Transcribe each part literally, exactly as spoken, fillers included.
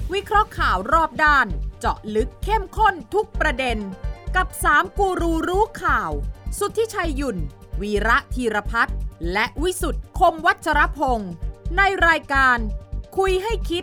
วิเคราะห์ข่าวรอบด้านเจาะลึกเข้มข้นทุกประเด็นกับสามกูรูรู้ข่าวสุทธิชัยหยุ่นวีระธีรพัฒน์และวิสุทธ์คมวัชรพงศ์ในรายการคุยให้คิด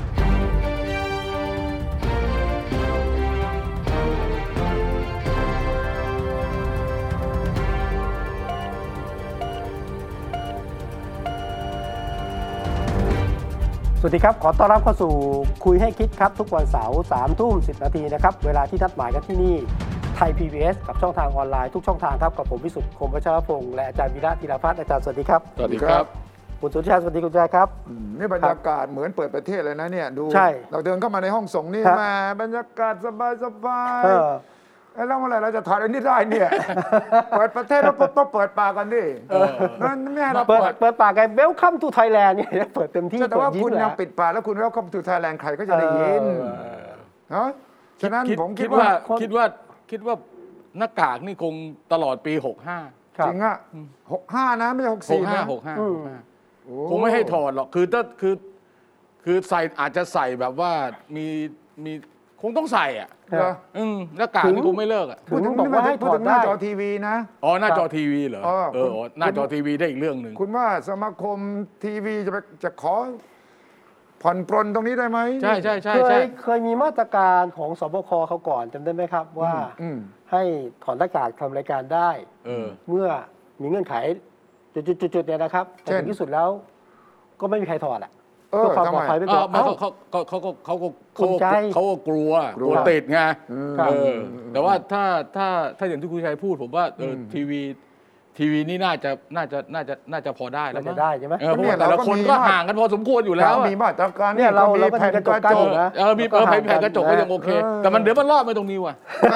สวัสดีครับขอต้อนรับเข้าสู่คุยให้คิดครับทุกวันเสาร์สามทุ่มสิบนาทีนะครับเวลาที่นัดหมายกันที่นี่ไทย พี บี เอส กับช่องทางออนไลน์ทุกช่องทางครับกับผมวิสุทธิ์คมวัชรพงศ์และอาจารย์วีระธีรพัฒน์อาจารย์สวัสดีครับสวัสดีครับคุณสุทธิชัยสวัสดีคุณชายครับนี่บรรยากาศเหมือนเปิดประเทศเลยนะเนี่ยดูเราเดินเข้ามาในห้องส่งนี่มาบรรยากาศสบายๆแล้วเมื่อไหร่เราจะถอดอันนี้ได้เนี่ยเปิดประเทศแล้วปุ๊บต้องเปิดปากกันดินั่นไม่ให้เราเปิดเปิดปากไง Welcome to Thailand เนี่ยเปิดเต็มที่แต่ว่าคุณยังปิดปากแล้วคุณ Welcome to Thailand ใครก็จะได้ยินเนาะฉะนั้นผมคิดว่าคิดว่าคิดว่าหน้ากากนี่คงตลอดปีหกสิบห้าจริงอ่ะหกสิบห้านะไม่ใช่หกสิบสี่นะหกสิบห้าคงไม่ให้ถอดหรอกคือถ้าคือคือใส่อาจจะใส่แบบว่ามีมีคงต้องใส่อ่ะอืมหน้ากากนี่คงไม่เลิกอ่ะพูดถึงบอกว่าให้ถอดหน้าจอทีวีนะอ๋อหน้าจอทีวีเหรอเออหน้าจอทีวีได้อีกเรื่องนึงคุณว่าสมาคมทีวีจะจะขอผ่อนปรนตรงนี้ได้ไหมใช่ใช่ใช่เคยเคยมีมาตรการของสบคเขาก่อนจำได้ไหมครับว่าให้ถอดหน้ากากทำรายการได้เมื่อมีเงื่อนไขจุดๆๆเนี่ยนะครับแต่ถึงที่สุดแล้วก็ไม่มีใครถอดอ่ะเพื่อความปลอดภัยไปก่อนเขาเขาเขาเขาเขาเขาเขาก็กลัวกลัวติดไงแต่ว่าถ้าถ้าถ้าอย่างที่คุณชัยพูดผมว่าทีวีทีวีนี่น่าจะน่าจะน่าจะน่าจะพอได้แล้วมั้งได้ใช่ไหมเพราะแต่ละคนก็ห่างกันพอสมควรอยู่แล้วมีมาตรการเนี่ยเราเราก็มีกระจกกั้นอยู่นะเออมีแผ่นกระจกก็ยังโอเคแต่มันเดี๋ยวมันรอดไปตรงนี้ว่ะ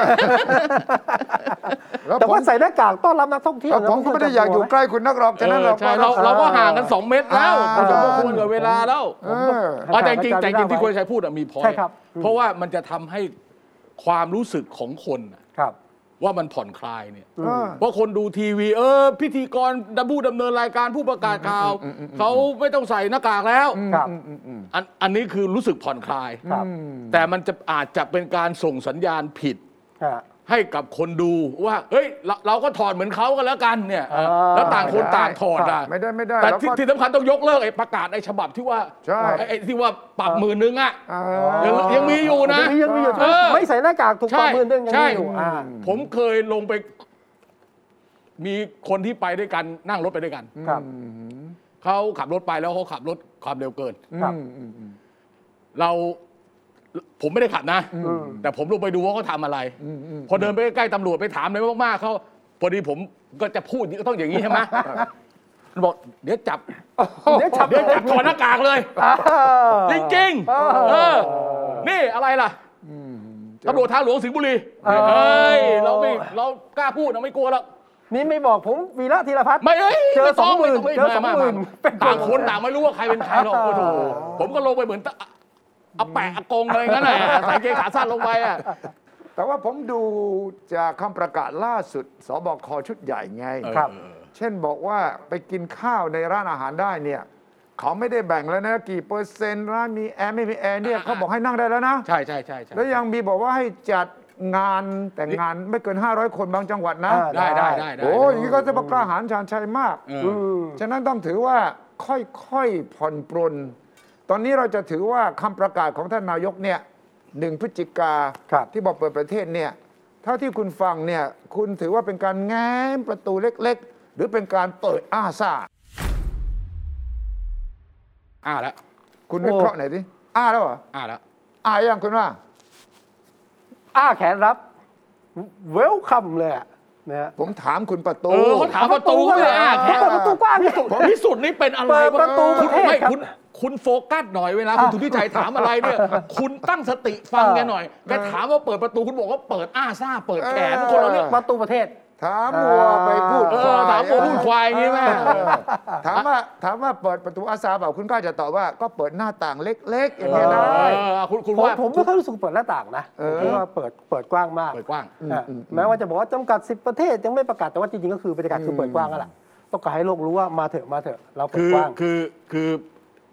แต่ว่าใส่หน้ากากต้อนรับนักท่องเที่ยวผมก็ไม่ได้อยากอยู่ใกล้คุณนักหรอกฉะนั้นเราเราเราก็ห่างกันสองเมตรแล้วพอสมควรกับเวลาแล้วแต่จริงแต่จริงที่คุณชัยพูดมีพอยเพราะว่ามันจะทำให้ความรู้สึกของคนว่ามันผ่อนคลายเนี่ยเพราะคนดูทีวีเออพิธีกรดับบูดำเนินรายการผู้ประกาศข่าวเขาไม่ต้องใส่หน้ากากแล้วอันอันนี้คือรู้สึกผ่อนคลายแต่มันจะอาจจะเป็นการส่งสัญญาณผิดให้กับคนดูว่าเฮ้ยเราเราก็ถอดเหมือนเขากันแล้วกันเนี่ยแล้วต่างคนต่างถอดอ่ะไม่ได้ไม่ได้แต่ที่สำคัญต้องยกเลิกไอ้ประกาศไอ้ฉบับที่ว่าไอ้ที่ว่าปรับหมื่นนึงอ่ะยังยังมีอยู่นะยังมีอยู่ไม่ใส่หน้ากากถูกปรับหมื่นนึงยังมีอยู่ผมเคยลงไปมีคนที่ไปด้วยกันนั่งรถไปด้วยกันเขาขับรถไปแล้วเขาขับรถความเร็วเกินเราผมไม่ได้ขับนะแต่ผมลงไปดูว่าเขาทำอะไรพอเดินไปใกล้ตำรวจไปถามเลยมากๆเขาพอดีผมก็จะพูดก็ต้องอย่างนี้ใช่ไหมบอกเดี๋ยวจับเดี๋ยวจับเดี๋ยวจับถอดหน้ากากเลยจริงๆเออนี่อะไรล่ะตำรวจทางหลวงสิงห์บุรีเฮ้ยเราไม่เรากล้าพูดเราไม่กลัวหรอกนี่ไม่บอกผมวีระธีรพัฒน์ไม่เจอสองหมื่นเจอสองหมื่นต่างคนต่างไม่รู้ว่าใครเป็นใครหรอกโอ้โหผมก็ลงไปเหมือนเอาแปะกงเลยงั้นแหละใส่เกงขาสั้นลงไปอ่ะแต่ว่าผมดูจากคำประกาศล่าสุดสบคชุดใหญ่ไงครับเช่นบอกว่าไปกินข้าวในร้านอาหารได้เนี่ยเขาไม่ได้แบ่งแล้วนะกี่เปอร์เซ็นต์ร้านมีแอร์ไม่มีแอร์เนี่ยเขาบอกให้นั่งได้แล้วนะใช่ใช่ใช่แล้วยังมีบอกว่าให้จัดงานแต่งงานไม่เกินห้าร้อยคนบางจังหวัดนะได้ได้ได้โอ้อย่างนี้ก็จะกล้าหาญชาญชัยมากฉะนั้นต้องถือว่าค่อยๆผ่อนปรนตอนนี้เราจะถือว่าคำประกาศของท่านนายกเนี่ยหนึ่งพฤศจิกาที่บอกเปิดประเทศเนี่ยเท่าที่คุณฟังเนี่ยคุณถือว่าเป็นการแง้มประตูเล็กๆหรือเป็นการเปิดอ้าซ่าอ้าแล้วคุณวิเคราะห์หน่อยสิอ้าแล้วเหรออ้าแล้วอ้ายังคุณว่าอ้าแขนรับเวลคัมเลยอ่ะนะผมถามคุณประตูเขาถามประตูก็เลยอ้าแขนประตูกว้างที่สุดที่สุดนี่เป็นอะไรประตูไม่คุณคุณโฟกัสหน่อยเวลาคุณสุทธิชัยถามอะไรเนี่ยคุณตั้งสติฟังแกหน่อยแกถามว่าเปิดประตูคุณบอกว่าเปิดอ้าซ่าเปิดแขนคนละเรื่องประตูประเทศถามวัวไปพูดควายถามวัวพูดควายงี้แม่ถามว่าถามว่าเปิดประตูอาซาเปล่าคุณก็จะตอบว่าก็เปิดหน้าต่างเล็กๆอย่างนี้ได้คุณคุณว่าผมไม่ค่อยรู้สึกเปิดหน้าต่างนะเพราะว่าเปิดเปิดกว้างมากเปิดกว้างแม้ว่าจะบอกว่าจำกัดสิบประเทศยังไม่ประกาศแต่ว่าจริงๆก็คือบรรยากาศคือเปิดกว้างนั่นแหละต้องการให้โลกรู้ว่ามาเถอะมาเถอะเราเปิดกว้างคือคือ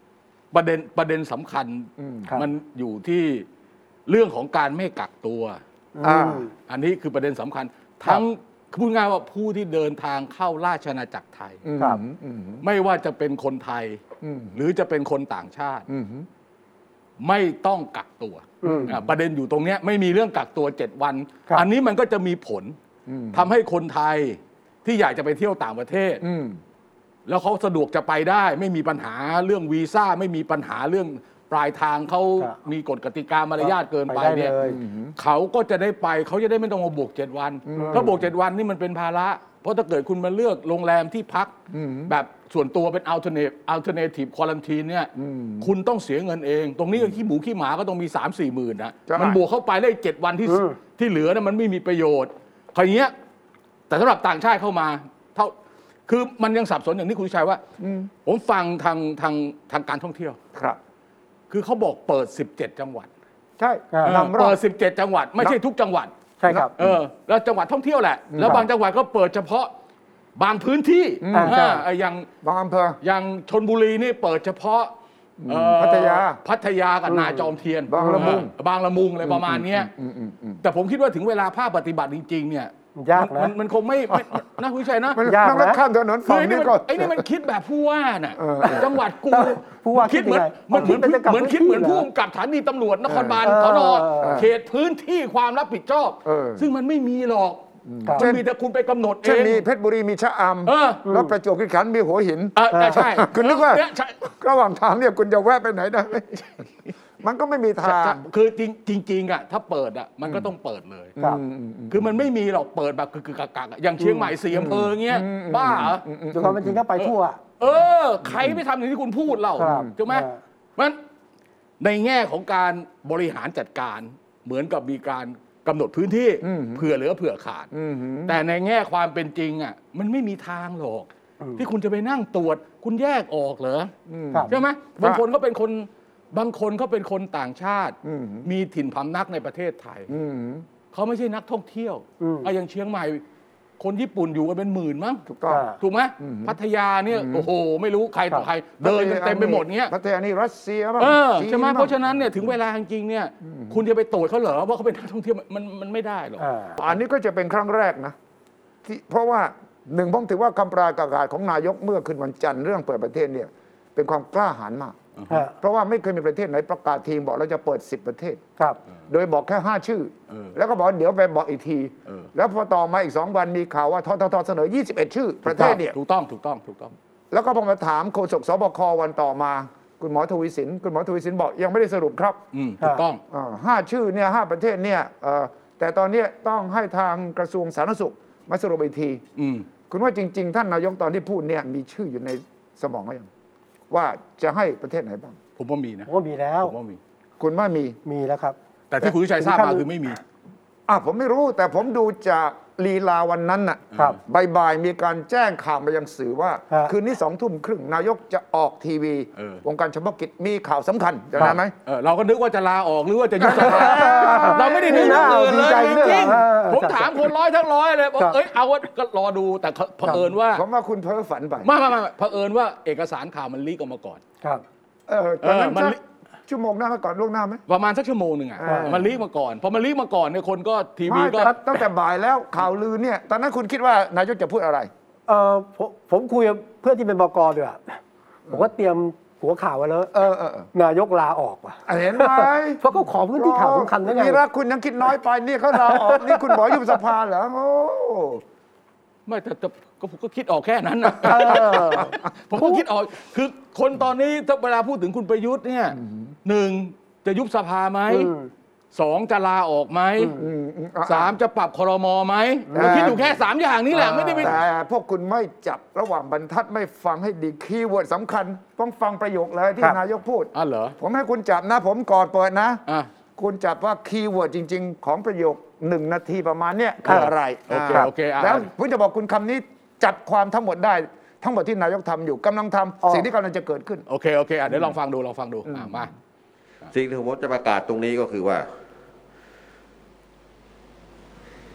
ประเด็นประเด็นสำคัญมันอยู่ที่เรื่องของการไม่กักตัวอันนี้คือประเด็นสำคัญทั้งพูดง่ายว่าผู้ที่เดินทางเข้าราชอาณาจักรไทยไม่ว่าจะเป็นคนไทยหรือจะเป็นคนต่างชาติไม่ต้องกักตัวประเด็นอยู่ตรงนี้ไม่มีเรื่องกักตัวเจ็ดวันอันนี้มันก็จะมีผลทำให้คนไทยที่อยากจะไปเที่ยวต่างประเทศแล้วเขาสะดวกจะไปได้ไม่มีปัญหาเรื่องวีซ่าไม่มีปัญหาเรื่องปลายทางเขามีกฎกติกามารยาทเกินไปเนี่ยเขาก็จะได้ไปเขาจะได้ไม่ต้องมาบวกเจ็ดวันถ้าบวกเจ็ดวันนี่มันเป็นภาระเพราะถ้าเกิดคุณมาเลือกโรงแรมที่พักแบบส่วนตัวเป็น alternative alternative quarantine เนี่ยคุณต้องเสียเงินเองตรงนี้ขี้หมูขี้หมาก็ต้องมี สามสี่ หมื่นนะมันบวกเข้าไปได้เจ็ดวันที่ที่เหลือนะมันไม่มีประโยชน์คราวนี้แต่สำหรับต่างชาติเข้ามาเท่าคือมันยังสับสนอย่างที่คุณชัยว่าผมฟังทางทางทางการท่องเที่ยวครับคือเขาบอกเปิดสิบเจ็ดจังหวัดใช่เปิดสิบเจ็ดจังหวัดไม่ใช่ทุกจังหวัดใช่ครับเออแล้วจังหวัดท่องเที่ยวแหละแล้วบางจังหวัดก็เปิดเฉพาะบางพื้นที่อย่างบางอำเภออย่างชลบุรีนี่เปิดเฉพาะพัทยาพัทยากับนาจอมเทียนบางละมุงบางละมุงอะไรประมาณนี้แต่ผมคิดว่าถึงเวลาภาคปฏิบัติจริงๆเนี่ยยากนะมันคงไม่นะคุณชัยนะยากนะข้ามถนนฝั่งนี้ก็ไอ้นี่มันคิดแบบผู้ว่าน่ะจังหวัดกูผู้ว่าคิดเหมือนมันเหมือนเหมือนคิดเหมือนผู้กำกับสถานีตำรวจนครบาลสน.เขตพื้นที่ความรับผิดชอบซึ่งมันไม่มีหรอกมันมีแต่คุณไปกำหนดเองเช่นมีเพชรบุรีมีชะอำแล้วประจวบคีรีขันธ์มีหัวหินใช่คุณนึกว่าระหว่างทางเนี่ยคุณจะแวะไปไหนได้มันก็ไม่มีทางคือจริงๆอ่ะถ้าเปิดอ่ะมันก็ต้องเปิดเลยคือมันไม่มีหรอกเปิดแบบกึกๆกักๆอย่างเชียงใหม่สี่อำเภอเงี้ยบ้าเหรอจุดความเป็นจริงก็ไปทั่วเออใครไม่ทำอย่างที่คุณพูดเราถูกไหมมันในแง่ของการบริหารจัดการเหมือนกับมีการกำหนดพื้นที่เผื่อเหลือเผื่อขาดแต่ในแง่ความเป็นจริงอ่ะมันไม่มีทางหรอกที่คุณจะไปนั่งตรวจคุณแยกออกเหรอใช่ไหมบางคนก็เป็นคนบางคนเขาเป็นคนต่างชาติมีถิ่นพำนักในประเทศไทยเขาไม่ใช่นักท่องเที่ยวเอาอย่างเชียงใหม่คนญี่ปุ่นอยู่กันเป็นหมื่นมั้งถูกต้องถูกไหมพัทยาเนี่ยโอ้โหไม่รู้ใครต่อใครเดินเต็มไปหมดเงี้ยพัทยานี่รัสเซียบ้างใช่ไหมเพราะฉะนั้นเนี่ยถึงเวลาจริงๆเนี่ยคุณจะไปตรวจเขาเหรอว่าเขาเป็นนักท่องเที่ยวมันมันไม่ได้หรอกอันนี้ก็จะเป็นครั้งแรกนะที่เพราะว่าหนึ่งผมถือว่าคำประกาศของนายกเมื่อคืนวันจันทร์เรื่องเปิดประเทศเนี่ยเป็นความกล้าหาญมากเพราะว่าไม่เคยมีประเทศไหนประกาศทีบอกเราจะเปิดสิบประเทศครับโดยบอกแค่ห้าชื่อแล้วก็บอกเดี๋ยวไปบอกอีกทีแล้วพอต่อมาอีกสองวันมีข่าวว่าทททเสนอยี่สิบเอ็ดชื่อประเทศเนี่ยถูกต้องถูกต้องถูกต้องแล้วก็พอมาถามโฆษกสบควันต่อมาคุณหมอทวีสินคุณหมอทวีสินบอกยังไม่ได้สรุปครับถูกต้องห้าชื่อเนี่ยห้าประเทศเนี่ยแต่ตอนนี้ต้องให้ทางกระทรวงสาธารณสุขมาสรุปอีกทีคุณว่าจริงๆท่านนายกตอนที่พูดเนี่ยมีชื่ออยู่ในสมองหรือยังว่าจะให้ประเทศไหนบ้างผมว่ามีนะผมว่ามีแล้วผมว่ามีคุณว่ามีมีแล้วครับแต่ที่คุณวิชัยทราบมาคือไม่มีอ่ะผมไม่รู้แต่ผมดูจากลีลาวันนั้นน่ะบ่ายๆมีการแจ้งข่าวมายังสื่อว่าคืนนี้สองทุ่มครึ่งนายกจะออกทีวีวงการเฉพาะกิจมีข่าวสำคัญจะได้ไหมเราก็นึกว่าจะลาออกหรือว่าจะยุบสภาเราไม่ได้นึกอย่างอื่นเลยจริงๆผมถามคนร้อยทั้งร้อยเลยบอกเอ้ยเอาว่าก็รอดูแต่เผอิญว่าผมว่าคุณเพ้อฝันไปไม่ไม่ไม่เผอิญว่าเอกสารข่าวมันลีกออกมาก่อนครับเออตอนนั้นชั่วโมงหน้ามาก่อนล่วงหน้าไหมประมาณสักชั่วโมงหนึ่งอ่ะมันลีกมาก่อนพอมันลีกมาก่อนเนี่ยคนก็ทีวีก็ตั้งแต่บ่ายแล้วข่าวลือเนี่ยตอนนั้นคุณคิดว่านายกจะพูดอะไรเออผมผมคุยกับเพื่อนที่เป็นบก.ด้วยผมก็เตรียมหัวข่าวไว้แล้วเออเออนายกลาออกว่ะเห็นไหมเพราะเขาขอพื้นที่ข่าวสำคัญได้ไงนี่รักคุณยังคิดน้อยไปนี่เขาลาออกนี่คุณบอกยุบสภาเหรอโอ้ไม่แต่ก็ผมก็คิดออกแค่นั้นนะผมก็คิดออกคือคนตอนนี้ถ้าเวลาพูดถึงคุณประยุทธ์เนี่ยหนึ่งจะยุบสภาไหมสองจะลาออกไหมสามจะปรับครม.ไหมเราคิดอยู่แค่สามอย่างนี้แหละไม่ได้แต่พวกคุณไม่จับระหว่างบรรทัดไม่ฟังให้ดีคีย์เวิร์ดสำคัญต้องฟังประโยคเลยที่นายกพูดอ๋อเหรอผมให้คุณจับนะผมก่อนเปิดนะคุณจับว่าคีย์เวิร์ดจริงๆของประโยคหนึ่งนาทีประมาณเนี้ยคืออะไรโอเคโอเคแล้วผมจะบอกคุณคำนี้จับความทั้งหมดได้ทั้งหมดที่นายกทำอยู่กำลังทำสิ่งที่กำลังจะเกิดขึ้นโอเคโอเคเดี๋ยวลองฟังดูลองฟังดูมาสิ่งที่ผมจะประกาศตรงนี้ก็คือว่า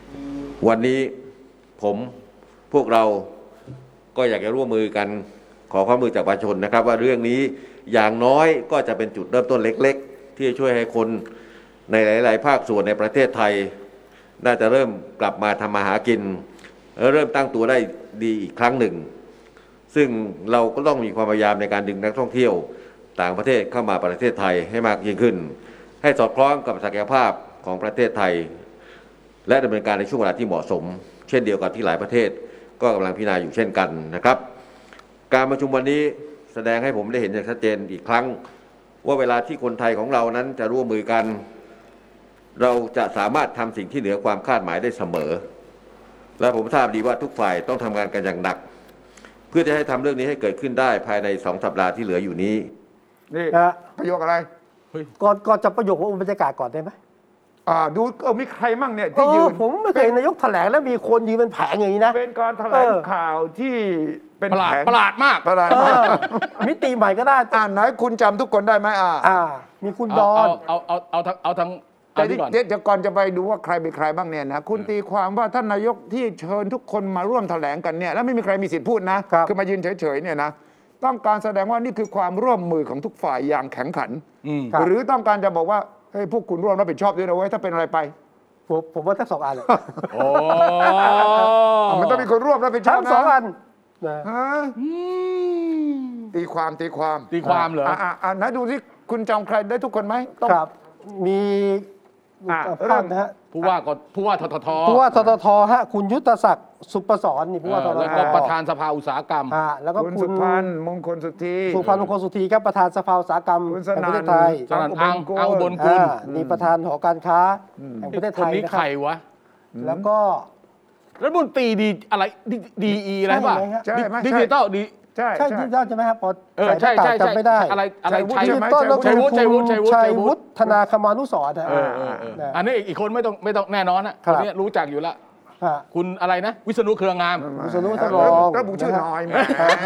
วันนี้ผมพวกเราก็อยากจะร่วมมือกันขอความร่วมมือจากประชาชนนะครับว่าเรื่องนี้อย่างน้อยก็จะเป็นจุดเริ่มต้นเล็กๆที่จะช่วยให้คนในหลายๆภาคส่วนในประเทศไทยน่าจะเริ่มกลับมาทำมาหากินและเริ่มตั้งตัวได้ดีอีกครั้งหนึ่งซึ่งเราก็ต้องมีความพยายามในการดึงนักท่องเที่ยวต่างประเทศเข้ามาประเทศไทยให้มากยิ่งขึ้นให้สอดคล้องกับศักยภาพของประเทศไทยและดำเนินการในช่วงเวลาที่เหมาะสมเช่นเดียวกับที่หลายประเทศก็กำลังพิจารณาอยู่เช่นกันนะครับการประชุมวันนี้แสดงให้ผมได้เห็นอย่างชัดเจนอีกครั้งว่าเวลาที่คนไทยของเรานั้นจะร่วมมือกันเราจะสามารถทำสิ่งที่เหนือความคาดหมายได้เสมอและผมทราบดีว่าทุกฝ่ายต้องทำงานกันอย่างหนักเพื่อจะให้ทำเรื่องนี้ให้เกิดขึ้นได้ภายในสองสัปดาห์ที่เหลืออยู่นี้นี่ประโยคอะไรก่อนก่อนจะประโยคว่าบรรยากาศก่อนได้ไหมอ่าดูเออมีใครมั่งเนี่ยที่ยืนผมไม่เคยนายกแถลงแล้วมีคนยืนเป็นแผงอย่างนี้นะเป็นการแถลงข่าวที่เป็นประหลาดประหลาดมากประหลาดมากมิติใหม่ก็ได้อ่าไหนคุณจำทุกคนได้ไหมอ่าอ่ามีคุณดอนเอาเอาเอาเอาเอาทั้งแต่เดี๋ยวก่อนจะไปดูว่าใครเป็นใครบ้างเนี่ยนะคุณตีความว่าท่านนายกที่เชิญทุกคนมาร่วมแถลงกันเนี่ยแล้วไม่มีใครมีสิทธิ์พูดนะคือมายืนเฉยๆเนี่ยนะต้องการแสดงว่านี่คือความร่วมมือของทุกฝ่ายอย่างแข็งขันหรือต้องการจะบอกว่าเฮ้ยพวกคุณร่วมรับผิดชอบด้วยนะเว้ยถ้าเป็นอะไรไปผมผมว่าทั้งสองอันเลยโอ้มันต้องมีคนร่วมรับผิดชอบทั้งสองอันตีความตีความตีความเหรออ่าอ่าไหนดูที่คุณจำใครได้ทุกคนไหมครับมีเรื่องนะฮะผู้ว่าก็ผู้ว่าทททผู้ว่าทททฮะคุณยุทธศักดิ์สุประสรนี่ผู้ว่าทททแล้วก็ประธานสภาอุตสาหกรรมแล้วก็คุณสุพันธ์มงคลสุธีสุพันธ์มงคลสุธีครับประธานสภาอุตสาหกรรมแห่งประเทศไทยสนั่นอังอังบนกุลนี่ประธานหอการค้าแห่งประเทศไทยนี่ใครวะแล้วก็รัฐมนตรีดีอะไรดีอีอะไรป่ะดิจิตอลดีใช่ใช่ดิจิตอลใช่ไหมครับพอใช่ใช่จำไม่ได้อะไรอะไรดิจิตอลแล้วคือคุณชัยวุฒิธนาคมานุสรณ์อันนี้อีกคนไม่ต้องไม่ต้องแน่นอนนะคนนี้รู้จักอยู่แล้วคุณอะไรนะวิษณุเครืองามวิษณุทรองระบุชื่อน้อยแม่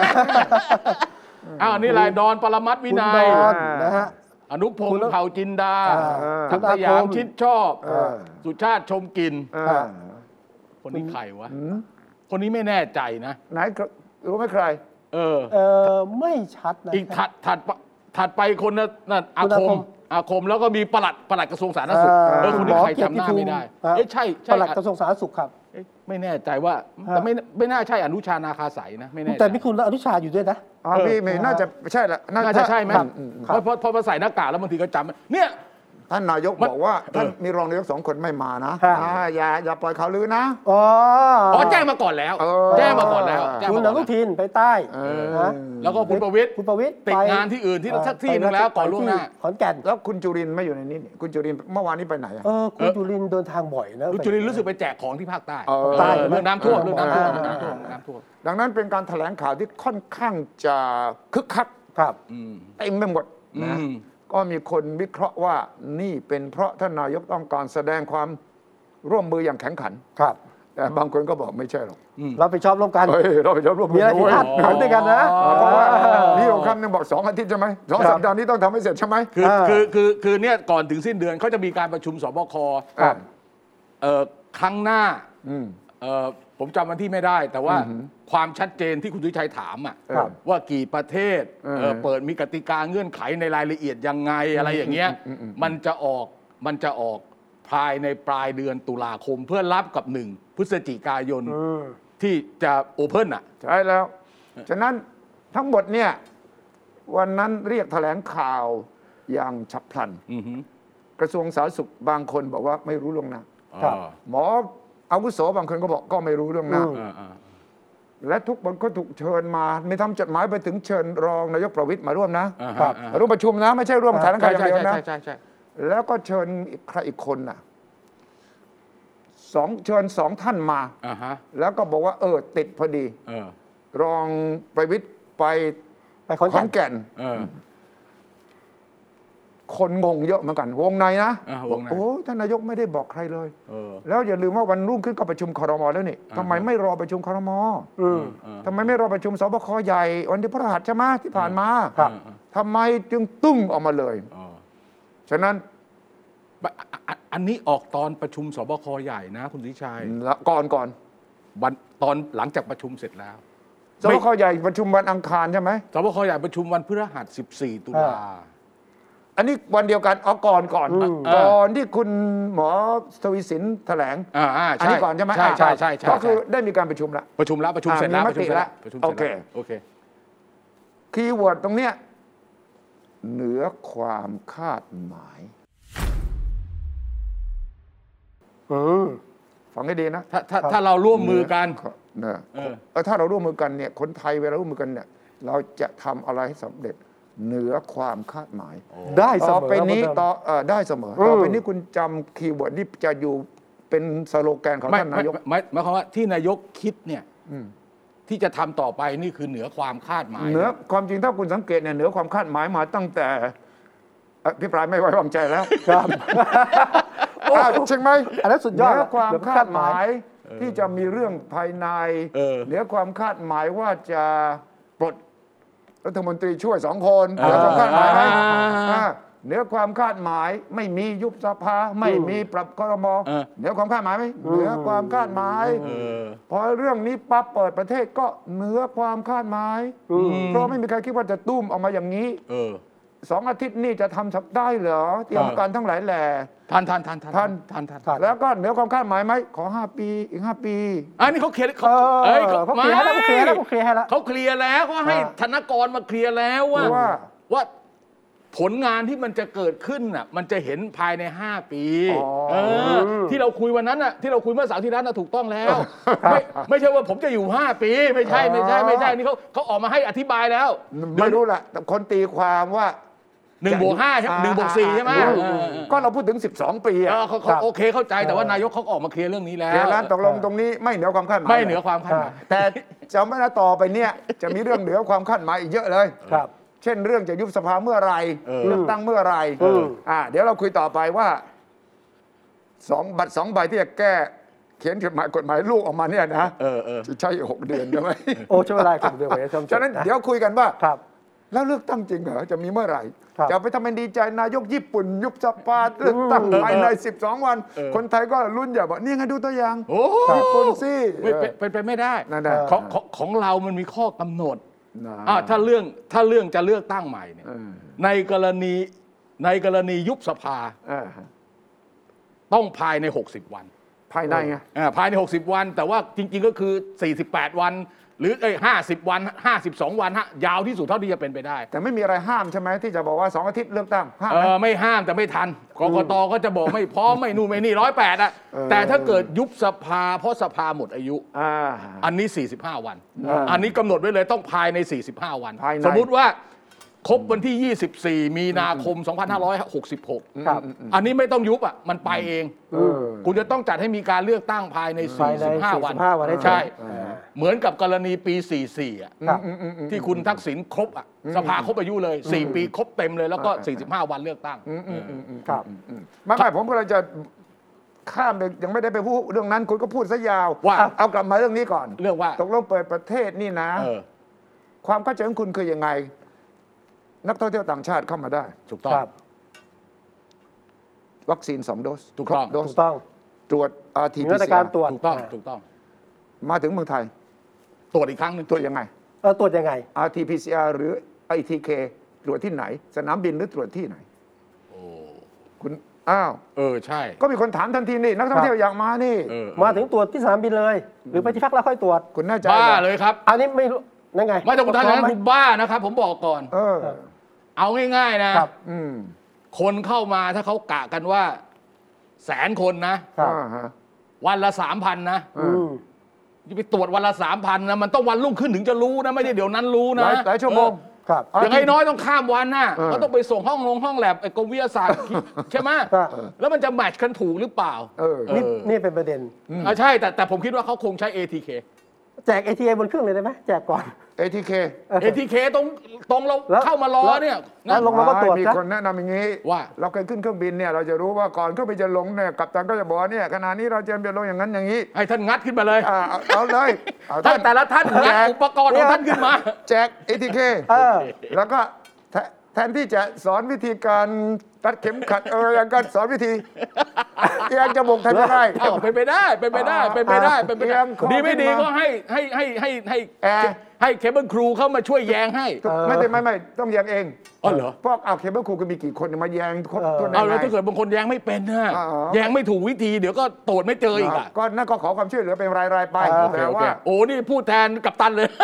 อ้าวนี่อะไรดอนปรมัตถ์วินัยนะฮะอนุพงษ์เผ่าจินดาทักษยามชิดชอบสุชาติชมกินคนนี้ใครวะคนนี้ไม่แน่ใจนะไหนรู้ไหมใครเออเออไม่ชัดนะอีกถัดถัดถัดไปคนนั้นนั่นอาคมอาคมแล้วก็มีปลัดปลัดกระทรวงสาธารณสุขเออคนนี้ใครจำหน้าไม่ได้เอ๊ะใช่ใช่ปลัดกระทรวงสาธารณสุขครับไม่แน่ใจว่าแต่ไม่ไม่น่าใช่อนุชานาคาสายนะไม่แน่แต่มีคุณอนุชาอยู่ด้วยนะอ๋อพี่ไม่น่าจะใช่ละน่าจะใช่ไหมเพราะพอพอใส่หน้ากากแล้วบางทีก็จำเนี่ยท่านนายกบอกว่าท่านมีรองนายกสองคนไม่มานะอย่าอย่าปล่อยข่าวลือนะอ๋อแจ้งมาก่อนแล้วแจ้งมาก่อนแล้วคุณอนุทินไปใต้แล้วก็คุณประวิตรคุณประวิตรติดงานที่อื่นที่สักที่นึงแล้วก่อนล่วงหน้าขอนแก่นแล้วคุณจุรินทร์ไม่อยู่ในนี้คุณจุรินทร์เมื่อวานนี้ไปไหนเออคุณจุรินทร์เดินทางบ่อยนะคุณจุรินทร์รู้สึกไปแจกของที่ภาคใต้ใต้เรื่องน้ำท่วมเรื่องน้ำท่วมน้ำท่วมน้ำท่วมดังนั้นเป็นการแถลงข่าวที่ค่อนข้างจะคึกคักครับเต็มไปหมดนะก็มีคนวิเคราะห์ว่านี่เป็นเพราะท่านนายกต้องการแสดงความร่วมมืออย่างแข็งขันครับแต่บางคนก็บอกไม่ใช่หรอกเราไปชอบร่วมกันเราไปชอบร่วมมีอะไรที่คาดหวังด้วยกันนะเพราะว่านี่ของคำนึงบอกสองอาทิตย์ใช่ไหมสองสัปดาห์นี้ต้องทำให้เสร็จใช่ไหมคือคือคือคือเนี่ยก่อนถึงสิ้นเดือนเขาจะมีการประชุมสบคครั้งหน้าผมจำวันที่ไม่ได้แต่ว่าความชัดเจนที่คุณสุชัยถามอ่ะว่ากี่ประเทศเปิดมีกติกาเงื่อนไขในรายละเอียดยังไงอะไรอย่างเงี้ยมันจะออกมันจะออกภายในปลายเดือนตุลาคมเพื่อรับกับหนึ่งพฤศจิกายนที่จะโอเพ่นอ่ะใช่แล้วฉะนั้นทั้งหมดเนี่ยวันนั้นเรียกแถลงข่าวอย่างฉับพลันกระทรวงสาธารณสุขบางคนบอกว่าไม่รู้ล่วงหน้าหมออาวุโสบางคนก็บอกก็ไม่รู้เรื่องหน้าและทุกคนก็ถูกเชิญมาไม่ทำจดหมายไปถึงเชิญรองนายกประวิตรมาร่วมนะร่วมประชุมนะไม่ใช่ร่วมแถลงข่าวอย่างเดียวนะแล้วก็เชิญใครอีกคนน่ะสองเชิญสองท่านมาแล้วก็บอกว่าเออติดพอดีรองประวิตรไปไปขอนแก่นคนงงเยอะเหมือนกันวงในนะโอ้ท่านนายกไม่ได้บอกใครเลยแล้วอย่าลืมว่าวันรุ่งขึ้นก็ประชุมครม.แล้วนี่ทำไมไม่รอประชุมครม.ทำไมไม่รอประชุมสบคใหญ่วันที่พฤหัสใช่ไหมที่ผ่านมาทำไมจึงตึ้งออกมาเลยฉะนั้นอันนี้ออกตอนประชุมสบคใหญ่นะคุณสุชัยก่อนก่อนวันตอนหลังจากประชุมเสร็จแล้วสบคใหญ่ประชุมวันอังคารใช่ไหมสบคใหญ่ประชุมวันพฤหัสสิบสี่ตุลาอันนี้วันเดียวกันเอาก่อนก่อนก่อนที่คุณหมอทวีสินแถลงอ่าอันนี้ก่อนใช่ไหมใช่ใช่ใช่ก็คือได้มีการประชุมแล้วประชุมแล้วประชุมเสร็จแล้วประชุมเสร็จแล้วโอเคโอเคคีย์เวิร์ดตรงเนี้ยเหนือความคาดหมายฟังให้ดีนะถ้าถ้าถ้าเราร่วมมือกันนะเออถ้าเราร่วมมือกันเนี่ยคนไทยเวลาร่วมมือกันเนี่ยเราจะทำอะไรให้สำเร็จเหนือความคาดหมายได้เสมอต่อไปนี้ต่อได้เสมอต่อไปนี้คุณจำคีย์เวิร์ดนี้จะอยู่เป็นสโลแกนของท่านนายกหมายหมายความว่าที่นายกคิดเนี่ยที่จะทำต่อไปนี่คือเหนือความคาดหมายเหนือความจริงถ้าคุณสังเกตเนี่ยเหนือความคาดหมายมาตั้งแต่พิปรายไม่ไว้วางใจแล้วครับใช่ไหมอันนั้นสุดยอดเหนือความคาดหมายที่จะมีเรื่องภายในเหนือความคาดหมายว่าจะปลดรัฐมนตรีช่วยสองคนเหนือความคาดหมายไหมเหนือความคาดหมายไม่มียุบสภาไม่มีปรับครม.เหนือความคาดหมายไหมเหนือความคาดหมายพอเรื่องนี้ปั๊บเปิดประเทศก็เหนือความคาดหมายเพราะไม่มีใครคิดว่าจะตุ้มออกมาอย่างนี้สองอาทิตย์นี่จะทำได้เหรอเตรียมการทั้งหลายแหล่ทันทันทันทันทันทันแล้วก็เหนือความคาดหมายไหมขอห้าปีอีกห้าปีอันนี้เขาเคลียร์เขาเอ้ยเขาเคลียร์แล้วเขาเคลียร์แล้วเขาเคลียร์แล้วเขาเคลียร์แล้วก็ให้ธนกรมาเคลียร์แล้วว่าว่าผลงานที่มันจะเกิดขึ้นน่ะมันจะเห็นภายในห้าปีที่เราคุยวันนั้นน่ะที่เราคุยเมื่อเสาร์ที่แล้วน่ะถูกต้องแล้วไม่ไม่ใช่ว่าผมจะอยู่ห้าปีไม่ใช่ไม่ใช่ไม่ใช่นี่เขาเขาออกมาให้อธิบายแล้วไม่รู้แหละแต่คนตีความว่าหนึ่งบวกห้าใช่ไหมหนึ่งบวกสี่ใช่ไหมก็เราพูดถึงสิบสองปีอ่ะเขาโอเคเข้าใจแต่ว่านายกเขาออกมาเคลียร์เรื่องนี้แล้วแล้วตกลงตรงนี้ไม่เหนือความคาดหมายไม่เหนือความคาดหมายแต่จำไม่ได้ต่อไปเนี่ยจะมีเรื่องเหนือความคาดหมายอีกเยอะเลยครับเช่นเรื่องจะยุบสภาเมื่อไรเลือกตั้งเมื่อไรอ่าเดี๋ยวเราคุยต่อไปว่าสองบัตรสองใบที่จะแก้เขียนกฎหมายกฎหมายลูกออกมาเนี่ยนะจะใช้หกเดือนใช่ไหมโอ้ใช่เวลาหกเดือนไปฉะนั้นเดี๋ยวคุยกันว่าแล้วเลือกตั้งจริงเหรอจะมีเมื่อไหร่จะไปทำเป็นดีใจนายกญี่ปุ่นยุบสภาเลือกตั้งภายในสิบสองวันคนไทยก็รุ่นอย่าบอกนี่ไงดูตัวอย่างญี่ปุ่นสิเป็นไปไม่ได้ของของเรามันมีข้อกำหนดถ้าเรื่องถ้าเรื่องจะเลือกตั้งใหม่เนี่ยในกรณีในกรณียุบสภาต้องภายในหกสิบวันภายในไงภายในหกสิบวันแต่ว่าจริงๆก็คือสี่สิบแปดวันหรือเอ้ยห้าสิบวันห้าสิบสองวันฮะยาวที่สุดเท่าที่จะเป็นไปได้แต่ไม่มีอะไรห้ามใช่ไหมที่จะบอกว่าสองอาทิตย์เลือกตั้งห้ามเออไม่ห้ามแต่ไม่ทันกกตก็จะบอกไม่พร้อมไม่นู่นไม่นี่ร้อยแปดอ่ะแต่ถ้าเกิดยุบสภาเพราะสภาหมดอายุอันนี้สี่สิบห้าวันอันนี้กำหนดไว้เลยต้องภายในสี่สิบห้าวันสมมุติว่าครบวันที่ยี่สิบสี่มีนาคมสองพันห้าร้อยหกสิบหกอันนี้ไม่ต้องยุบอ่ะมันไปเองคุณจะต้องจัดให้มีการเลือกตั้งภายในสี่สิบห้าวันใช่เหมือนกับกรณีปีสี่สิบสี่อ่ะที่คุณทักษิณครบอ่ะสภาครบอายุเลยสี่ปีครบเต็มเลยแล้วก็สี่สิบห้าวันเลือกตั้งครับไม่ไม่ผมก็เลยจะข้ามยังไม่ได้ไปพูดเรื่องนั้นคุณก็พูดซะยาวว่าเอากลับมาเรื่องนี้ก่อนเรื่องว่าตกลงเปิดประเทศนี่นะความเข้าใจของคุณคือยังไงนักท่องเที่ยวต่างชาติเข้ามาได้ถูกต้องวัคซีนสองโดสถูกต้องถูกต้องตรวจ อาร์ ที พี ซี อาร์การตรวจถูกต้องถูกต้องมาถึงเมืองไทยตรวจอีกครั้งนึงตรวจยังไงเออตรวจยังไงอาร์ ที พี ซี อาร์ หรือ ไอ ที เค ตรวจที่ไหนสนามบินหรือตรวจที่ไหนโอ้คุณอ้าวเออใช่ก็มีคนถามทันทีนี่นักท่องเที่ยวอยากมานี่มาถึงตรวจที่สนามบินเลยหรือไปที่พักแล้วค่อยตรวจคุณแน่ใจบ้าเลยครับอันนี้ไม่รู้นั่นไงไม่ต้องคุณท่านนั้นคุณบ้านะครับผมบอกก่อนเออเอาง่ายๆนะคนเข้ามาถ้าเขากะกันว่าแสนคนนะวันละสามพันนะจะไปตรวจวันละสามพันนะมันต้องวันรุ่งขึ้นถึงจะรู้นะไม่ใช่เดี๋ยวนั้นรู้นะหลายชั่วโมงอย่างน้อยต้องข้ามวันน่ะเขาต้องไปส่งห้องลงห้องแลบไอ้กรมวิทยาศาสตร์ใช่ไหมแล้วมันจะแมทช์กันถูกหรือเปล่านี่นี่เป็นประเด็นใช่แต่แต่ผมคิดว่าเขาคงใช้ เอ ที เคแจก เอ ที เอ็ม บนเครื่องเลยได้ไหมแจกก่อนเอ ที เคเอ ที เค ตรงตรงเราเข้ามารอเนี่ยแล้วลงมาก็ตรวจมีคนแนะนำอย่างนี้ว่าเราเคยขึ้นเครื่องบินเนี่ยเราจะรู้ว่าก่อนเครื่องบินจะลงเนี่ยกัปตันก็จะบอกเนี่ยขณะนี้เราจะเดินลงอย่างนั้นอย่างนี้ให้ท่านงัดขึ้นมาเลยเอาเลยท่านแต่ละท่านงัดอุปกรณ์ของท่านขึ้นมาแจก เอ ที เค แล้วก็แทนที่จะสอนวิธีการตัดเข็มขัดเออยังก็สอนวิธีเอียงจมูกทำไม่ได้เป็นไปได้เป็นไปได้เป็นไปได้เป็นไปได้ดีไม่ดีก็ให้ให้ให้ให้ให้ให้เคเบิลครูเข้ามาช่วยแยงให้ไม่ได้ไม่ไม่ต้องแยงเองอ๋อเหรอพวกเอาเคเบิลครูก็มีกี่คนมาแยงตัวไหนเอาแล้วถ้าเกิดบางคนแยงไม่เป็นนะแยงไม่ถูกวิธีเดี๋ยวก็ตรวจไม่เจออีกอ่ะก็นั่นก็ขอความช่วยเหลือเป็นรายๆไปแต่ว่าโอ้นี่พูดแทนกัปตันเลย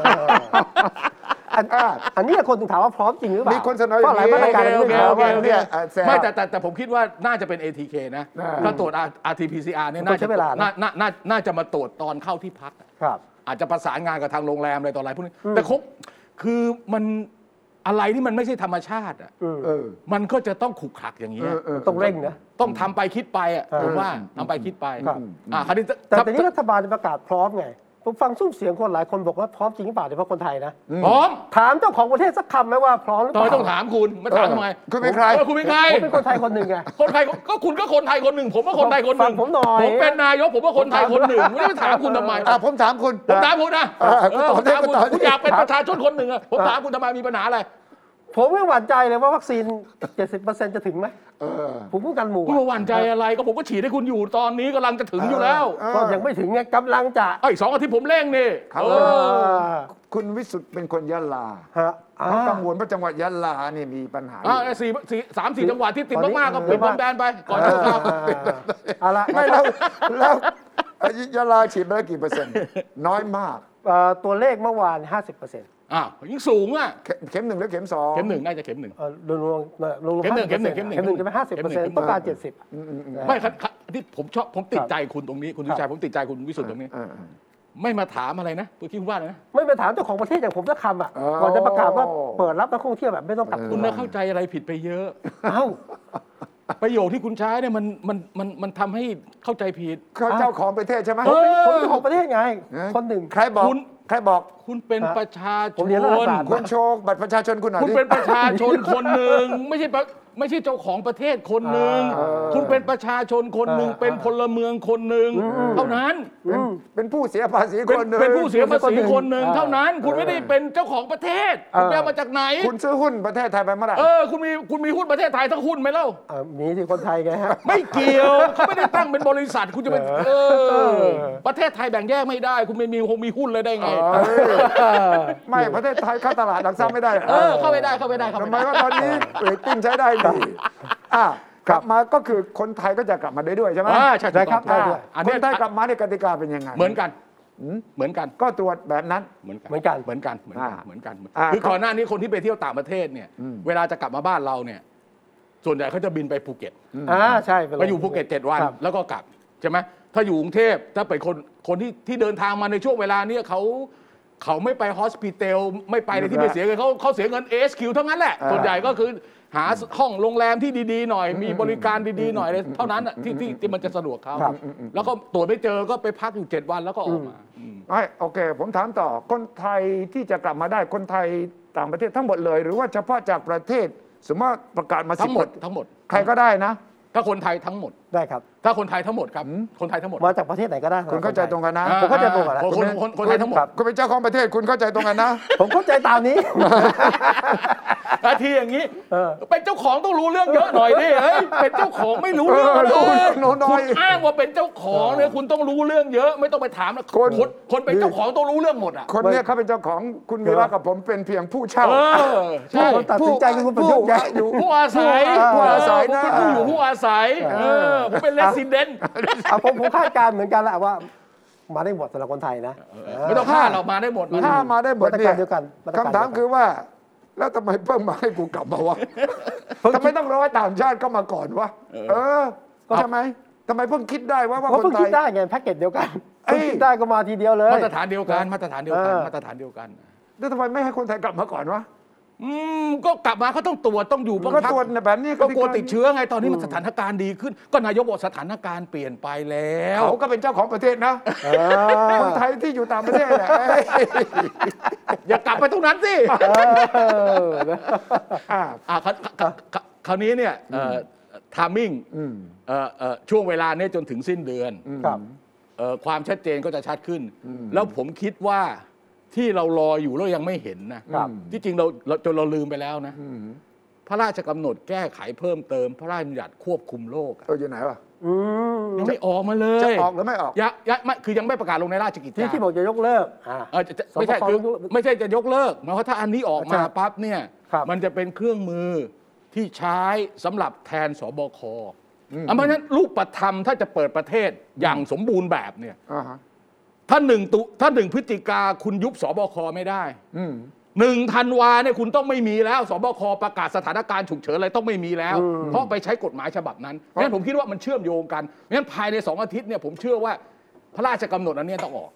อันนี้คนถึงถามว่าพร้อมจริงหรือเปล่ามีคนเสนอเพราะหลายมาตรการเนี่ยไม่แต่แต่แต่ผมคิดว่าน่าจะเป็น เอ ที เค นะถ้าตรวจ อาร์ ที พี ซี อาร์ เนี่ยน่าจะน่าน่าจะมาตรวจตอนเข้าที่พักอาจจะประสานงานกับทางโรงแรมอะไรต่ออะไรพวกนี้แต่ครบคือมันอะไรที่มันไม่ใช่ธรรมชาติอ่ะมันก็จะต้องขลุกขลักอย่างนี้ต้องเร่งนะต้องทำไปคิดไปอ่ะผมว่าทำไปคิดไปแต่ตอนนี้รัฐบาลประกาศพร้อมไงผมฟังซุ้มเสียงคนหลายคนบอกว่าพร้อมจริงหรือเปล่าโดยเฉพาะคนไทยนะพร้อมถามเจ้าของประเทศสักคำไหมว่าพร้อมหรือเปล่าต้องถามคุณมาถามทำไมคุณเป็นใครคุณเป็นใครผมเป็นคนไทยคนหนึ่งไงคนไทยก็คุณก็คนไทยคนหนึ่งผมก็คนไทยคนหนึ่งผมหน่อยผมเป็นนายกผมก็คนไทยคนหนึ่งไม่ได้ถามคุณทำไมผมถามคุณผมถามคุณนะผมถามคุณคุณอยากเป็นประชาชนคนหนึ่งอะผมถามคุณทำไมมีปัญหาอะไรผมไม่หวั่นใจเลยว่าวัคซีน เจ็ดสิบเปอร์เซ็นต์ จะถึงไหมผมป้องกันหมู่คุณหวั่นใจอะไรก็ผมก็ฉีดให้คุณอยู่ตอนนี้กำลังจะถึงอยู่แล้วก็ยังไม่ถึงไงกำลังจะไอ้สองอาทิตย์ผมเร่งนี่คุณวิสุทธ์เป็นคนยะลาเขากังวลว่าจังหวัดยะลาเนี่ยมีปัญหาสี่สี่สามสี่จังหวัดที่ติดมากๆก็ปิดแบนไปก่อนจะทำอะไรไม่แล้วแล้วยะลาฉีดไปแล้วกี่เปอร์เซ็นต์น้อยมากตัวเลขเมื่อวาน ห้าสิบเปอร์เซ็นต์อ้าวยิ่งสูงอ่ะเข็มหนึ่งหรือเข็มสองเข็มหนึ่งน่าจะเข็มหนึ่งรวมรวมรวมเข็มหนึ่งเข็มหนึ่งเข็มหนึ่งเข็มหนึ่งจะเป็นห้าสิบเปอร์เซ็นต์ต้องการเจ็ดสิบไม่ครับที่ผมชอบผมติดใจคุณตรงนี้คุณวิชัยผมติดใจคุณวิสุทธ์ตรงนี้ไม่มาถามอะไรนะตัวที่คุณว่านะไม่มาถามเจ้าของประเทศอย่างผมสักคำอ่ะก่อนจะประกาศว่าเปิดรับนักท่องเที่ยวแบบไม่ต้องกักคุณเข้าใจอะไรผิดไปเยอะเอ้าประโยคที่คุณใช้เนี่ยมันมันมันมันทำให้เข้าใจผิดเขาเจ้าของประเทศใช่ไหมผมเจ้าของประเทศไงคนหนึ่งใครบอกใครบอกคุณเป็นประชาชนคุณโชว์บัตรประชาชนคุณหน่อยคุณเป็นประชาชนคนหนึ่งไม่ใช่ไม่ใช่เจ้าของประเทศคนหนึ่งคุณเป็นประชาชนคนหนึ่งเป็นพลเมืองคนหนึ่งเท่านั้นเป็นผู้เสียภาษีคนหนึ่งเป็นผู้เสียภาษีคนหนึ่งเท่านั้นคุณไม่ได้เป็นเจ้าของประเทศคุณแปลมาจากไหนคุณซื้อหุ้นประเทศไทยไปเมื่อไหร่เออคุณมีคุณมีหุ้นประเทศไทยทั้งหุ้นไหมเล่ามีที่คนไทยไงฮะไม่เกี่ยวเขาไม่ได้ตั้งเป็นบริษัทคุณจะเป็นเออประเทศไทยแบ่งแยกไม่ได้คุณไม่มีคงมีหุ้นเลยได้ไงไม่ประเทศไทยเข้าตลาดหลักทรัพย์ไม่ได้เออเข้าไม่ได้เข้าไม่ได้ทำไมว่าตอนนี้เรตติ้งใช้ได้ดีอ่ะกลับมาก็คือคนไทยก็จะกลับมาได้ด้วยใช่ไหมใช่ใช่ครับคนไทยกลับมาในกติกาเป็นยังไงเหมือนกันเหมือนกันก็ตรวจแบบนั้นเหมือนกันเหมือนกันเหมือนกันเหมือนกันเหมือนกันคือก่อนหน้านี้คนที่ไปเที่ยวต่างประเทศเนี่ยเวลาจะกลับมาบ้านเราเนี่ยส่วนใหญ่เขาจะบินไปภูเก็ตอ่าใช่ไปอยู่ภูเก็ตเจ็ดวันแล้วก็กลับใช่ไหมถ้าอยู่กรุงเทพถ้าเป็นคนคนที่ที่เดินทางมาในช่วงเวลานี้เขาเขาไม่ไปฮอสพิทอลไม่ไปในที่ไปเสียเงินเขาเขาเสียเงิน เอ เอส คิว เท่านั้นแหละส่วนใหญ่ก็คือหาห้องโรงแรมที่ดีๆหน่อยมีบริการดีๆหน่อยเท่านั้นที่ที่ที่มันจะสะดวกเขาแล้วก็ตรวจไม่เจอก็ไปพักอยู่เจ็ดวันแล้วก็ออกมาโอเคผมถามต่อคนไทยที่จะกลับมาได้คนไทยต่างประเทศทั้งหมดเลยหรือว่าเฉพาะจากประเทศสมมติประกาศมาทั้งหมดทั้งหมดใครก็ได้นะถ้าคนไทยทั้งหมดได้ครับถ้าคนไทยทั้งหมดครับคนไทยทั้งหมดมาจากประเทศไหนก็ได้คุณเข้าใจตรงกันนะผมเข้าใจตรงกันนะคนคนคนไทยทั้งหมดคุณเป็นเจ้าของประเทศคุณเข้าใจตรงกันนะผมเข้าใจตามนี้อาทีอย่างนี้เป็นเจ้าของต้องรู้เรื่องเยอะหน่อยดิเฮ้ยเป็นเจ้าของไม่รู้เรื่องเลยคุณอ้างว่าเป็นเจ้าของเนี่ยคุณต้องรู้เรื่องเยอะไม่ต้องไปถามนะคนคนเป็นเจ้าของต้องรู้เรื่องหมดอ่ะคนเนี้ยเขาเป็นเจ้าของคุณวีระกับผมเป็นเพียงผู้เช่าใช่ตัดสินใจคือคุณเป็นผู้อยู่ผู้อาศัยผู้อาศัยนะผู้อยู่ผู้อาศัยผมเป็นเรสซิเดนต์ผมผมคาดการณ์เหมือนกันแหละว่ามาได้หมดสำหรับคนไทยนะไม่ต้องคาดเรามาได้หมดถ้ามาได้หมดเนี่ยคำถามคือว่าแล้วทำไมเพิ่มมาให้กูกลับมาวะทำไมต้องรอให้ต่างชาติเข้ามาก่อนวะเออใช่ไหมทำไมเพิ่งคิดได้ว่าว่าคนไทยเพิ่งคิดได้ไงแพ็กเกจเดียวกันเพิ่งคิดได้ก็มาทีเดียวเลยมาตรฐานเดียวกันมาตรฐานเดียวกันมาตรฐานเดียวกันแล้วทำไมไม่ให้คนไทยกลับมาก่อนวะอืมก็กลับมาเขาต้องตรวจต้องอยู่บ้างก็ตรวจแบบนี้ก็กลัวติดเชื้อไงตอนนี้มันสถานการณ์ดีขึ้นก็นายกบอกสถานการณ์เปลี่ยนไปแล้วเขาก็เป็นเจ้าของประเทศนะคนไทยที่อยู่ต่างประเทศแหละอย่ากลับไปตรงนั้นสิอ่าคราวนี้เนี่ยทามมิ่งช่วงเวลานี้จนถึงสิ้นเดือนความชัดเจนก็จะชัดขึ้นแล้วผมคิดว่าที่เรารออยู่แล้วยังไม่เห็นนะที่จริงเราจนเราลืมไปแล้วนะพระราชกำหนดแก้ไขเพิ่มเติมพระราชบัญญัติควบคุมโรคเอออยู่ไหนวะยังไม่ออกมาเลยจะออกหรือไม่ออกยังยังไม่คือยังไม่ประกาศลงในราชกิจจาที่บอกจะยกเลิกเออไม่ใช่คือไม่ใช่จะยกเลิกหมายว่าถ้าอันนี้ออกมาปั๊บเนี่ยมันจะเป็นเครื่องมือที่ใช้สำหรับแทนสบคเพราะฉะนั้นรูปธรรมถ้าจะเปิดประเทศอย่างสมบูรณ์แบบเนี่ยถ้าหนึ่งตุถ้าหนึ่งพฤศจิกาคุณยุบสบคไม่ได้หนึ่งธันวาเนี่ยคุณต้องไม่มีแล้วสบคประกาศสถานการณ์ฉุกเฉินอะไรต้องไม่มีแล้วเพราะไปใช้กฎหมายฉบับนั้นงั้นผมคิดว่ามันเชื่อมโยงกันงั้นภายในสองอาทิตย์เนี่ยผมเชื่อว่าพระราชกำหนดอันนี้ต้องออก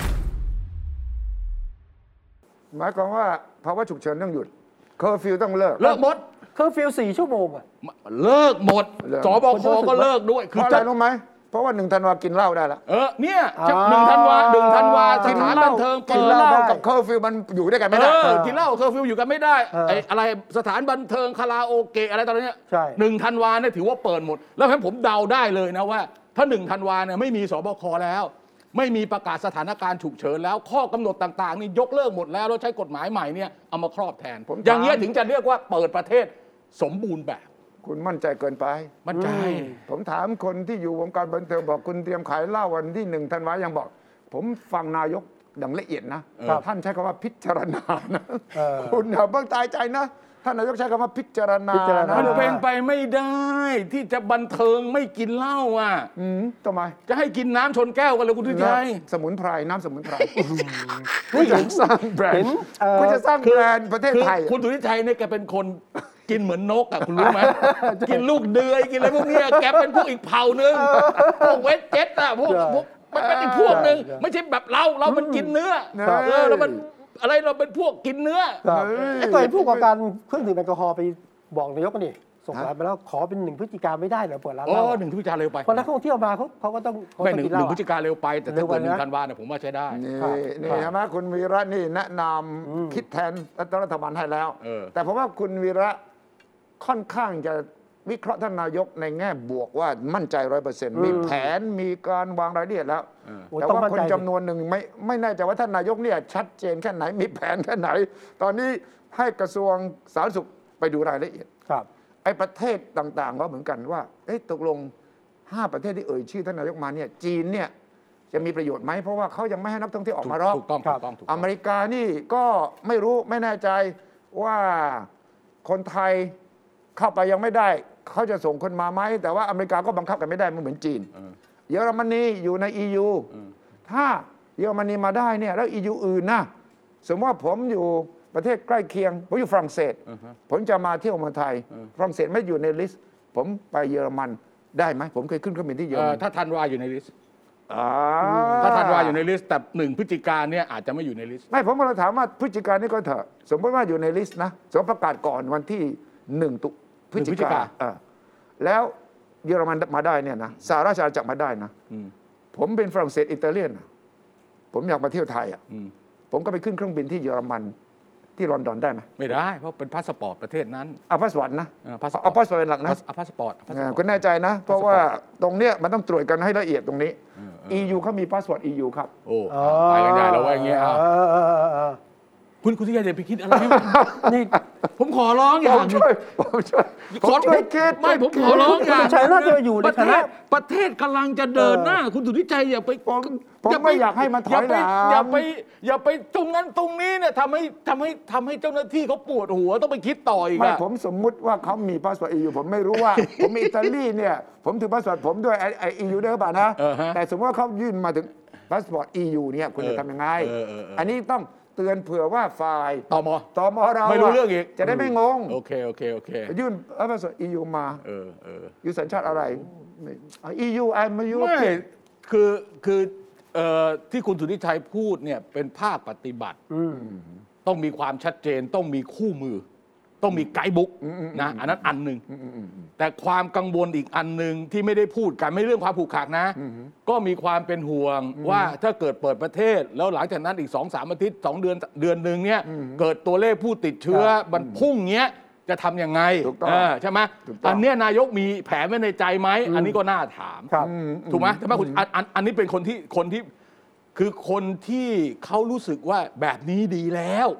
หมายความว่าภาวะฉุกเฉินต้องหยุดเคอร์ฟิวต้องเลิกเลิกหมดเคอร์ฟิวสี่ชั่วโมงอะเลิกหมดสบคก็เลิกด้วยคืออะไรรู้ไหมเพราะว่าหนึ่งธันวากินเหล้าได้แล้วเออเนี่ยหนึ่งธันวาหนึ่งธันวาสถานบันเทิงกินเหล้ากับเคอร์ฟิวมันอยู่ด้วยกันไม่ได้กินเหล้าเคอร์ฟิวอยู่กันไม่ได้ไอ้อะไรสถานบันเทิงคาราโอเกะอะไรตอนนี้หนึ่งธันวาเนี่ยถือว่าเปิดหมดแล้วเพราะผมเดาได้เลยนะว่าถ้าหนึ่งธันวาเนี่ยไม่มีสบคแล้วไม่มีประกาศสถานการณ์ฉุกเฉินแล้วข้อกำหนดต่างๆนี่ยกเลิกหมดแล้วแล้วใช้กฎหมายใหม่เนี่ยเอามาครอบแทนอย่างเงี้ยถึงจะเรียกว่าเปิดประเทศสมบูรณ์แบบคุณมั่นใจเกินไปมั่นใจผมถามคนที่อยู่วงการบันเทิงบอกคุณเตรียมขายเหล้าวันที่หนึ่งธันวายังบอกผมฟังนายกดังละเอียดนะท่านใช้คำว่าพิจารณานะคุณอย่าเพิ่งตายใจนะท่านนายกใช้คำว่าพิจารณามันเป็นไปไม่ได้ที่จะบันเทิงไม่กินเหล้าอ่ะทำไมจะให้กินน้ำชนแก้วกันเลยคุณทุชัยสมุนไพรน้ำสมุนไพรคุณจะสร้างแบรนด์คุณจะสร้างแบรนด์ประเทศไทยคุณทุชัยเนี่ยแกเป็นคนกินเหมือนนกอ่ะคุณรู้ไหมกินลูกเดือยกินอะไรพวกนี้แกเป็นพวกอีกเผ่านึงพวกเวสเจ็ตอ่ะพวกพวกมันเป็นอีกพวกนึงไม่ใช่แบบเราเรามันกินเนื้อเออแล้วมันอะไรเราเป็นพวกกินเนื้อเคยผู้ประกอบการเครื่องดื่มแอลกอฮอล์ไปบอกนายกนี่ส่งไลน์ไปแล้วขอเป็นหนึ่งพฤศจิกาไม่ได้เหรอเปิดร้านเหล้าอ๋อหนึ่งพฤศจิกาเร็วไปเพราะนักท่องเที่ยวมาเขาเขาก็ต้องไม่หนึ่งหนึ่งพฤศจิกาเร็วไปแต่ถ้าเกิดหนึ่งธันวาเนี่ยผมว่าใช้ได้นี่นี่ใช่ไหมคุณวีระนี่แนะนำคิดแทนรัฐบาลให้แล้วแต่ผมว่าคุณวีระค่อนข้างจะวิเคราะห์ท่านนายกในแง่บวกว่ามั่นใจร้อยเปอร์เซ็นต์มีแผนมีการวางรายละเอียดแล้วแต่ว่าคนจำนวนหนึ่งไม่ไม่แน่ใจว่าท่านนายกเนี่ยชัดเจนแค่ไหนมีแผนแค่ไหนตอนนี้ให้กระทรวงสาธารณสุขไปดูรายละเอียดครับไอ้ประเทศต่างๆก็เหมือนกันว่าเอ๊ะตกลงห้าประเทศที่เอ่ยชื่อท่านนายกมาเนี่ยจีนเนี่ยจะมีประโยชน์ไหมเพราะว่าเขายังไม่ให้นักท่องเที่ยวออกมารอบถูกต้องถูกต้องอเมริกานี่ก็ไม่รู้ไม่แน่ใจว่าคนไทยเข้าไปยังไม่ได้เขาจะส่งคนมาไหมแต่ว่าอเมริกาก็บังคับกันไม่ได้มันเหมือนจีนเยอรมนีอยู่ใน อี ยู ถ้าเยอรมนีมาได้เนี่ยแล้ว อี ยู อื่นนะสมมติว่าผมอยู่ประเทศใกล้เคียงผมอยู่ฝรั่งเศสผมจะมาเที่ยวเมืองไทยฝรั่งเศสไม่อยู่ในลิสต์ผมไปเยอรมันได้ไหมผมเคยขึ้นเครื่องบินที่เยอรมันถ้าธันวาอยู่ในลิสต์ถ้าธันวาอยู่ในลิสต์แต่หนึ่งพฤศจิกาเนี่ยอาจจะไม่อยู่ในลิสต์ไม่ผมกำลังถามว่าพฤศจิกานี่ก็เถอะสมมติว่าอยู่ในลิสต์นะสมมติประกาศก่อนวันที่หนึ่งตุพฤศจิกาแล้วเยอรมันมาได้เนี่ยนะสหราชอาณาจักรมาได้นะผมเป็นฝรั่งเศสอิตาเลียนผมอยากมาเที่ยวไทยอ่ะผมก็ไปขึ้นเครื่องบินที่เยอรมันที่ลอนดอนได้ไหมไม่ได้เพราะเป็นพาสปอร์ตประเทศนั้นเอาพาสปอร์ตนะเอาพาสปอร์ตเป็นหลักนะเอาพาสปอร์ตคุณแน่ใจนะเพราะว่าตรงเนี้ยมันต้องตรวจกันให้ละเอียดตรงนี้ อี ยู เขามีพาสปอร์ต อี ยู ครับโอ้ไปกันใหญ่แล้วว่าอย่างเงี้ยคุณคุณที่จะไปคิดอะไรนี่ผมขอร้องอย่างช่วยผมช่วยขอช่วยคิดไม่ผมขอร้องอย่างใช่น่าจะอยู่ในประเทศประเทศกำลังจะเดินหน้าคุณสุทธิชัยอย่าไปผมไม่อยากให้มันถอยหลังอย่าไปอย่าไปตรงนั้นตรงนี้เนี่ยทำให้ทำให้ทำให้เจ้าหน้าที่เขาปวดหัวต้องไปคิดต่ออีกไม่ผมสมมุติว่าเขามีพาสปอร์ต อี ยู ผมไม่รู้ว่าผมอิตาลีเนี่ยผมถือพาสปอร์ตผมด้วยไอ้ อี ยู ได้หรือเปล่านะแต่สมมติว่าเขายื่นมาถึงพาสปอร์ต อี ยู เนี่ยคุณจะทำยังไงอันนี้ต้องเตือนเผื่อว่าฝ่ายตมตมเราไม่รู้เรื่องอีกจะได้ไม่งงโอเคโอเคโอเคยื่นพาสปอร์ต อี ยู มาเออเอออยู่สัญชาติอะไร อี ยู ไอมายูไม่คือคือที่คุณสุทธิชัยพูดเนี่ยเป็นภาคปฏิบัติต้องมีความชัดเจนต้องมีคู่มือต้องมีไกด์บุ๊กนะอันนั้นอันหนึ่งแต่ความกังวลอีกอันหนึ่งที่ไม่ได้พูดกันไม่เรื่องความผูกขาดนะก็มีความเป็นห่วงว่าถ้าเกิดเปิดประเทศแล้วหลังจากนั้นอีก สองถึงสาม อาทิตย์สองเดือนเดือนนึงเนี่ยเกิดตัวเลขผู้ติดเชื้อมันพุ่งเงี้ยจะทำยังไงใช่ไหมอันนี้นายกมีแผนไว้ในใจไหมอันนี้ก็น่าถามถูกไหมใช่ไหมคุณอันนี้เป็นคนที่คนที่คือคนที่เขารู้สึกว่าแบบนี้ดีแล้ว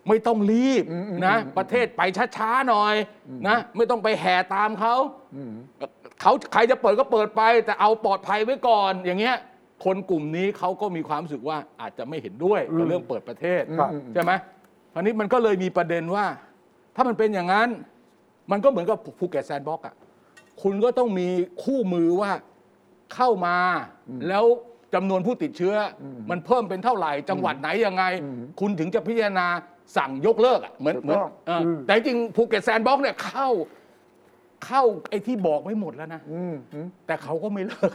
ไม่ต้องรีบนะประเทศไปช้าๆหน่อยนะไม่ต้องไปแห่ตามเขาเขาใครจะเปิดก็เปิดไปแต่เอาปลอดภัยไว้ก่อนอย่างเงี้ยคนกลุ่มนี้เขาก็มีความรู้สึกว่าอาจจะไม่เห็นด้วยกับเรื่องเปิดประเทศใช่ไหมคราวนี้มันก็เลยมีประเด็นว่าถ้ามันเป็นอย่างนั้นมันก็เหมือนกับภูเก็ตแซนด์บ็อกซ์อ่ะคุณก็ต้องมีคู่มือว่าเข้ามาแล้วจำนวนผู้ติดเชื้อมันเพิ่มเป็นเท่าไหร่จังหวัดไหนยังไงคุณถึงจะพิจารณาสั่งยกเลิกอ่ะเหมือนเหมือนแต่จริงภูเก็ตแซนด์บ็อกซ์เนี่ยเข้าเข้าไอ้ที่บอกไว้หมดแล้วนะแต่เขาก็ไม่เลิก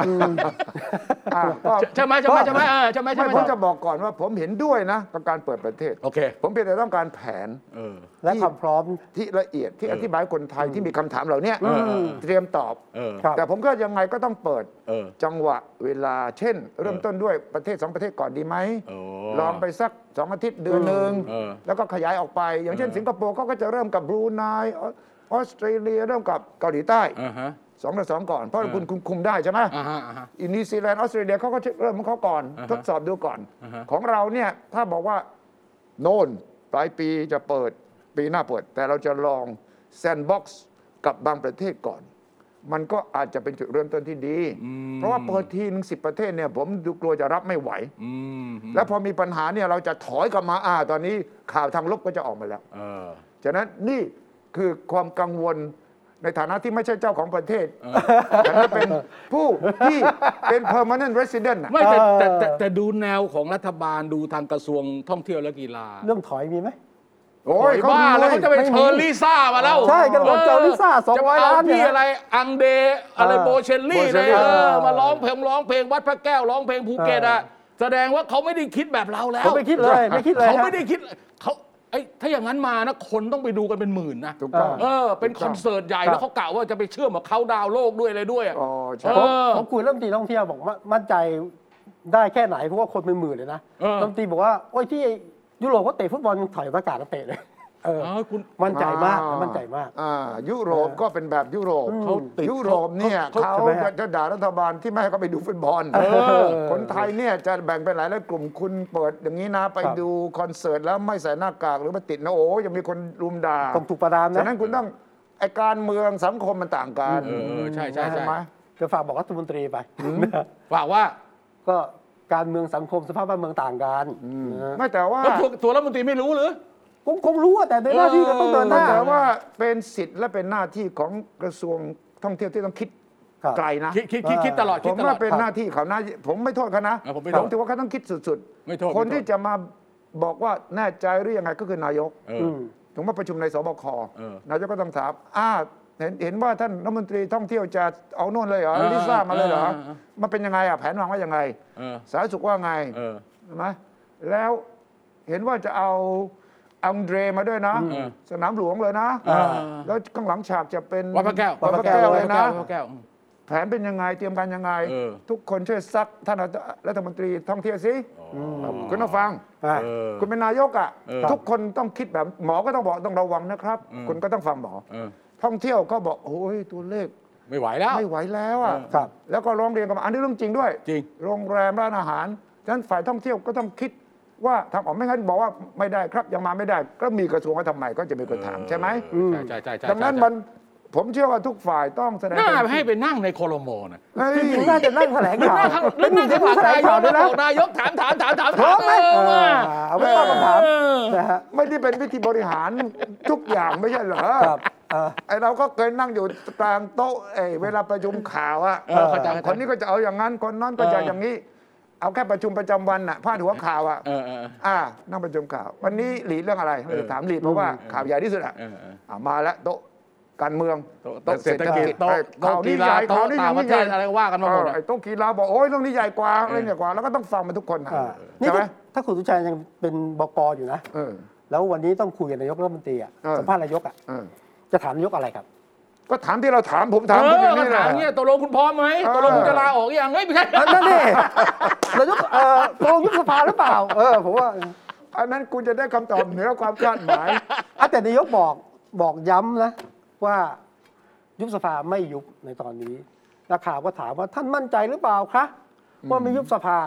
ใช่ไหมใช่ไหมใช่ไหมใช่ไหมใช่ไหมผมจะบอกก่อนว่าผมเห็นด้วยนะกับการเปิดประเทศโอเคผมเพียงแต่ต้องการแผนและความพร้อมที่ละเอียดที่อธิบายคนไทยที่มีคำถามเหล่านี้เตรียมตอบแต่ผมก็ยังไงก็ต้องเปิดจังหวะเวลาเช่นเริ่มต้นด้วยประเทศสองประเทศก่อนดีไหมลองไปสักสองอาทิตย์เดือนหนึ่งแล้วก็ขยายออกไปอย่างเช่นสิงคโปร์เขาก็จะเริ่มกับบรูไนออสเตรเลียเริ่มกับเกาหลีใต้สองต่อสองก่อนเพราะคุณคุมได้ใช่ไหมอินโดนีเซียออสเตรเลียเขาก็เริ่มของเขาก่อนทดสอบดูก่อนของเราเนี่ยถ้าบอกว่าโน่นปลายปีจะเปิดปีหน้าเปิดแต่เราจะลองแซนด์บ็อกซ์กับบางประเทศก่อนมันก็อาจจะเป็นจุดเริ่มต้นที่ดีเพราะว่าเปิดทีนึงสิบประเทศเนี่ยผมดูกลัวจะรับไม่ไหวแล้วพอมีปัญหาเนี่ยเราจะถอยกลับมาอ่าตอนนี้ข่าวทางลบก็จะออกมาแล้วฉะนั้นนี่คือความกังวลในฐานะที่ไม่ใช่เจ้าของประเทศแต่เป็นผู้ที่เป็น permanent resident ไม่แต่แต่แต่แต่ดูแนวของรัฐบาลดูทางกระทรวงท่องเที่ยวและกีฬาเรื่องถอยมีไหมโอ้ยบ้าแล้วเขาจะไปเชิญลิซ่ามาแล้วใช่กันบอกเจ้าลิซ่าสองร้อยล้านเนี่ยอะไรอังเดอะไรโบเชลลี่เลยมาร้องเพลงร้องเพลงวัดพระแก้วร้องเพลงภูเก็ตอะแสดงว่าเขาไม่ได้คิดแบบเราแล้วเขาไม่คิดเลยไม่คิดเลยเขาไม่ได้คิดเขาไอ้ถ้าอย่างนั้นมานะคนต้องไปดูกันเป็นหมื่นนะเออเป็นคอนเสิร์ตใหญ่แล้วเขากล่าวว่าจะไปเชื่อมกับเขาดาวโลกด้วยอะไรด้วยอ๋อใช่ผมคุยเรื่องตีท่องเที่ยวบอกมั่นใจได้แค่ไหนเพราะว่าคนเป็นหมื่นเลยนะต้นตีบอกว่าโอ้ยที่ยุโรปเขาเตะฟุตบอลถอยประกาศเตะเลยเออคุณมั่นใจมากมั่นใจมากอ่ายุโรปก็เป็นแบบยุโรปเขายุโรปเนี่ยเขาจะด่ารัฐบาลที่ไม่ให้เขาไปดูฟุตบอลคนไทยเนี่ยจะแบ่งเป็นหลายหลายกลุ่มคุณเปิดอย่างนี้นะไปดูคอนเสิร์ตแล้วไม่ใส่หน้ากากหรือมาติดนะโอ้ยังมีคนรุมด่าต้องถูกประดามนะฉะนั้นคุณต้องไอการเมืองสังคมมันต่างกันเออใช่ใช่ใช่ไหมจะฝากบอกรัฐมนตรีไปฝากว่าก็การเมืองสังคมสภาพบ้านเมืองต่างกันไม่แต่ว่าตัวรัฐมนตรีไม่รู้หรือคงคงรู้แต่ในหน้าที่ก็ต้องเดินหน้าแต่ว่าเป็นสิทธิ์และเป็นหน้าที่ของกระทรวงท่องเที่ยวที่ต้องคิดไกลนะคิดคิดคิดตลอดผมว่าเป็นหน้าที่เขานะผมไม่โทษเขานะผมถือว่าเขาต้องคิดสุดๆคนที่จะมาบอกว่าแน่ใจหรือยังไงก็คือนายกถึงมาประชุมในสบคนายกก็ต้องถามอ้าเห็นเห็นว่าท่านรัฐมนตรีท่องเที่ยวจะเอาโน่นเลยเหรอลิซ่ามาเลยเหรอมันเป็นยังไงอ่ะแผนวางว่ายังไงสาธารณสุขว่าไงใช่ไหมแล้วเห็นว่าจะเอาอังเดรมาด้วยนะสนามหลวงเลยนะแล้วข้างหลังฉากจะเป็นวัดพระแก้ววัดพระแก้วเลยนะแผนเป็นยังไงเตรียมการยังไงทุกคนช่วยซักท่านรัฐมนตรีท่องเที่ยวสิคุณต้องฟังคุณเป็นนายกอ่ะทุกคนต้องคิดแบบหมอก็ต้องบอกต้องระวังนะครับคุณก็ต้องฟังหมอท่องเที่ยวก็บอกโอ้ยตัวเลขไม่ไหวแล้วไม่ไหวแล้วอ่ะแล้วก็ร้องเรียนกันมาอันนี้เรื่องจริงด้วยจริงโรงแรมร้านอาหารฉะนั้นฝ่ายท่องเที่ยวก็ต้องคิดว่าทางออกไม่งั้นบอกว่าไม่ได้ครับยังมาไม่ได้ก็มีกระทรวงว่าทำไมก็จะมีคนถามใช่ไหมใช่ใช่ใช่ดังนั้นมันผมเชื่อว่าทุกฝ่ายต้องแสดงน่าให้ไปนั่งในโคลโมนะน่าจะนั่งแถลงข่าวแล้วนั่งแถลงข่าวนายกนายกถามถามถามถามถามเอาไม่ต้องคำถามไม่ได้เป็นวิธีบริหารทุกอย่างไม่ใช่เหรอไอเราก็เคยนั่งอยู่กลางโต๊ะเวลาประชุมข่าวอ่ะคนนี้ก็จะเอาอย่างนั้นคนนั้นก็จะอย่างนี้เอาแค่ประชุมประจำวันน่ะพาดหัวข่าวอ่ะอ่านั่งประชุมข่าววันนี้หลีดเรื่องอะไรถามหลีดเพราะว่าข่าวใหญ่ที่สุดอ่ะมาแล้วโต๊ะการเมืองโต๊ะเศรษฐกิจโต๊ะข่าวนี้ใหญ่ข่าวนี้ต่างประเทศอะไรว่ากันมาหมดไอ้โต๊ะกีฬาบอกโอ้ยเรื่องนี้ใหญ่กว่าเรื่องใหญ่กว่าแล้วก็ต้องฟังมันทุกคนใช่ไหมถ้าคุณสุชัยยังเป็นบก.อยู่นะแล้ววันนี้ต้องคุยกับนายกรัฐมนตรีอ่ะสัมภาษณ์นายกอ่ะจะถามนายกอะไรครับก็ถามที่เราถามผมถามคุณอย่างนี้แหละเนี่ยตกลงคุณพร้อมไหมตกลงคุณจะลาออกอย่างไม่ใช่นั่นนี่นายกเอ่อตกลงยุบสภาหรือเปล่าเออผมว่าอันนั้นคุณจะได้คำตอบเหนือความคาดหมายแต่นายกบอกบอกย้ำนะว่ายุบสภาไม่ยุบในตอนนี้นักข่าวก็ถามว่าท่านมั่นใจหรือเปล่าคะว่าไม่ยุบสภา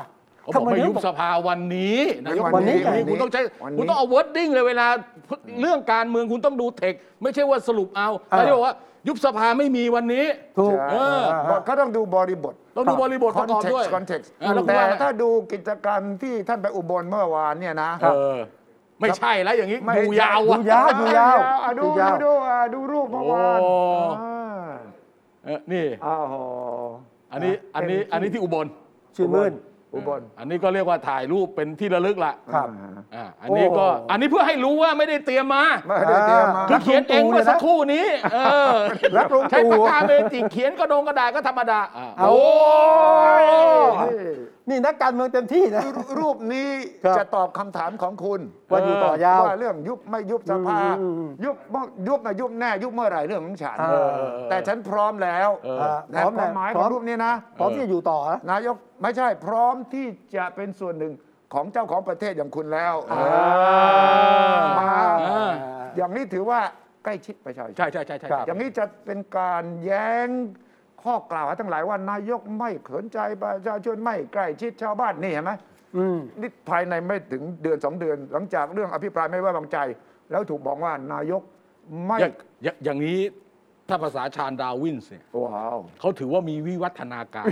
เขาบอกไม่ยุบสภาวันนี้นายกวันนี้คุณต้องใช้คุณต้องเอา wording เลยเวลาเรื่องการเมืองคุณต้องดูเทคไม่ใช่ว่าสรุปเอานายกบอกว่ายุบสภาไม่มีวันนี้ถูกเออเขาต้องดูบริบทต้องดูบริบทประกอบด้วย context เออแล้วแต่ว่าถ้าดูกิจกรรมที่ท่านไปอุบลเมื่อวานเนี่ยนะเออไม่ใช่แล้วอย่างนี้ไม่ดูยาวดูอะยาวดูยาวอ่ะดูดูดูยาวดูอ่ะดูรูปเมื่อวานโอ้อ่าเออนี่อ้าวโหอันนี้อันนี้อันนี้ที่อุบลชื่นมื่นอุบลอันนี้ก็เรียกว่าถ่ายรูปเป็นที่ระลึกละครับอ่าอันนี้ก็โอ้อันนี้เพื่อให้รู้ว่าไม่ได้เตรียมมาไม่ได้เตรียมมาคือเขียนเองเมื่อสักครู่นี้เออรักลุงใช้ตู่ปากกาเมจิกเขียนกระดงกระดาษก็ธรรมดาอ่าเอาโอ้ยนี่นักการเมืองเต็มที่นะรูปนี้ครับจะตอบคำถามของคุณว่าอยู่ต่อยาวว่าเรื่องยุบไม่ยุบสภาอืมอืมยุบยุบนะยุบแน่ยุบเมื่อไหร่เรื่องของฉันเออแต่ฉันพร้อมแล้วเอออ่าแต่ความหมายของรูปนี้นะพร้อมที่จะอยู่ต่อนะนายกไม่ใช่พร้อมที่จะเป็นส่วนหนึ่งของเจ้าของประเทศอย่างคุณแล้วอ่ามาอ่าอย่างนี้ถือว่าใกล้ชิดประชาชนใช่ใช่ใช่ใช่ครับอย่างนี้จะเป็นการแย้งข้อกล่าวหาทั้งหลายว่านายกไม่สนใจประชาชนไม่ใกล้ชิดชาวบ้านนี่เห็นไหมอืมนี่ภายในไม่ถึงเดือนสองเดือน หลังจากเรื่องอภิปรายไม่ไว้วางใจ แล้วถูกบอกว่านายกไม่อย่างอย่างอย่างนี้ถ้าภาษาชาญดาร์วินส์เนี่ยว้าวเขาถือว่ามีวิวัฒนาการ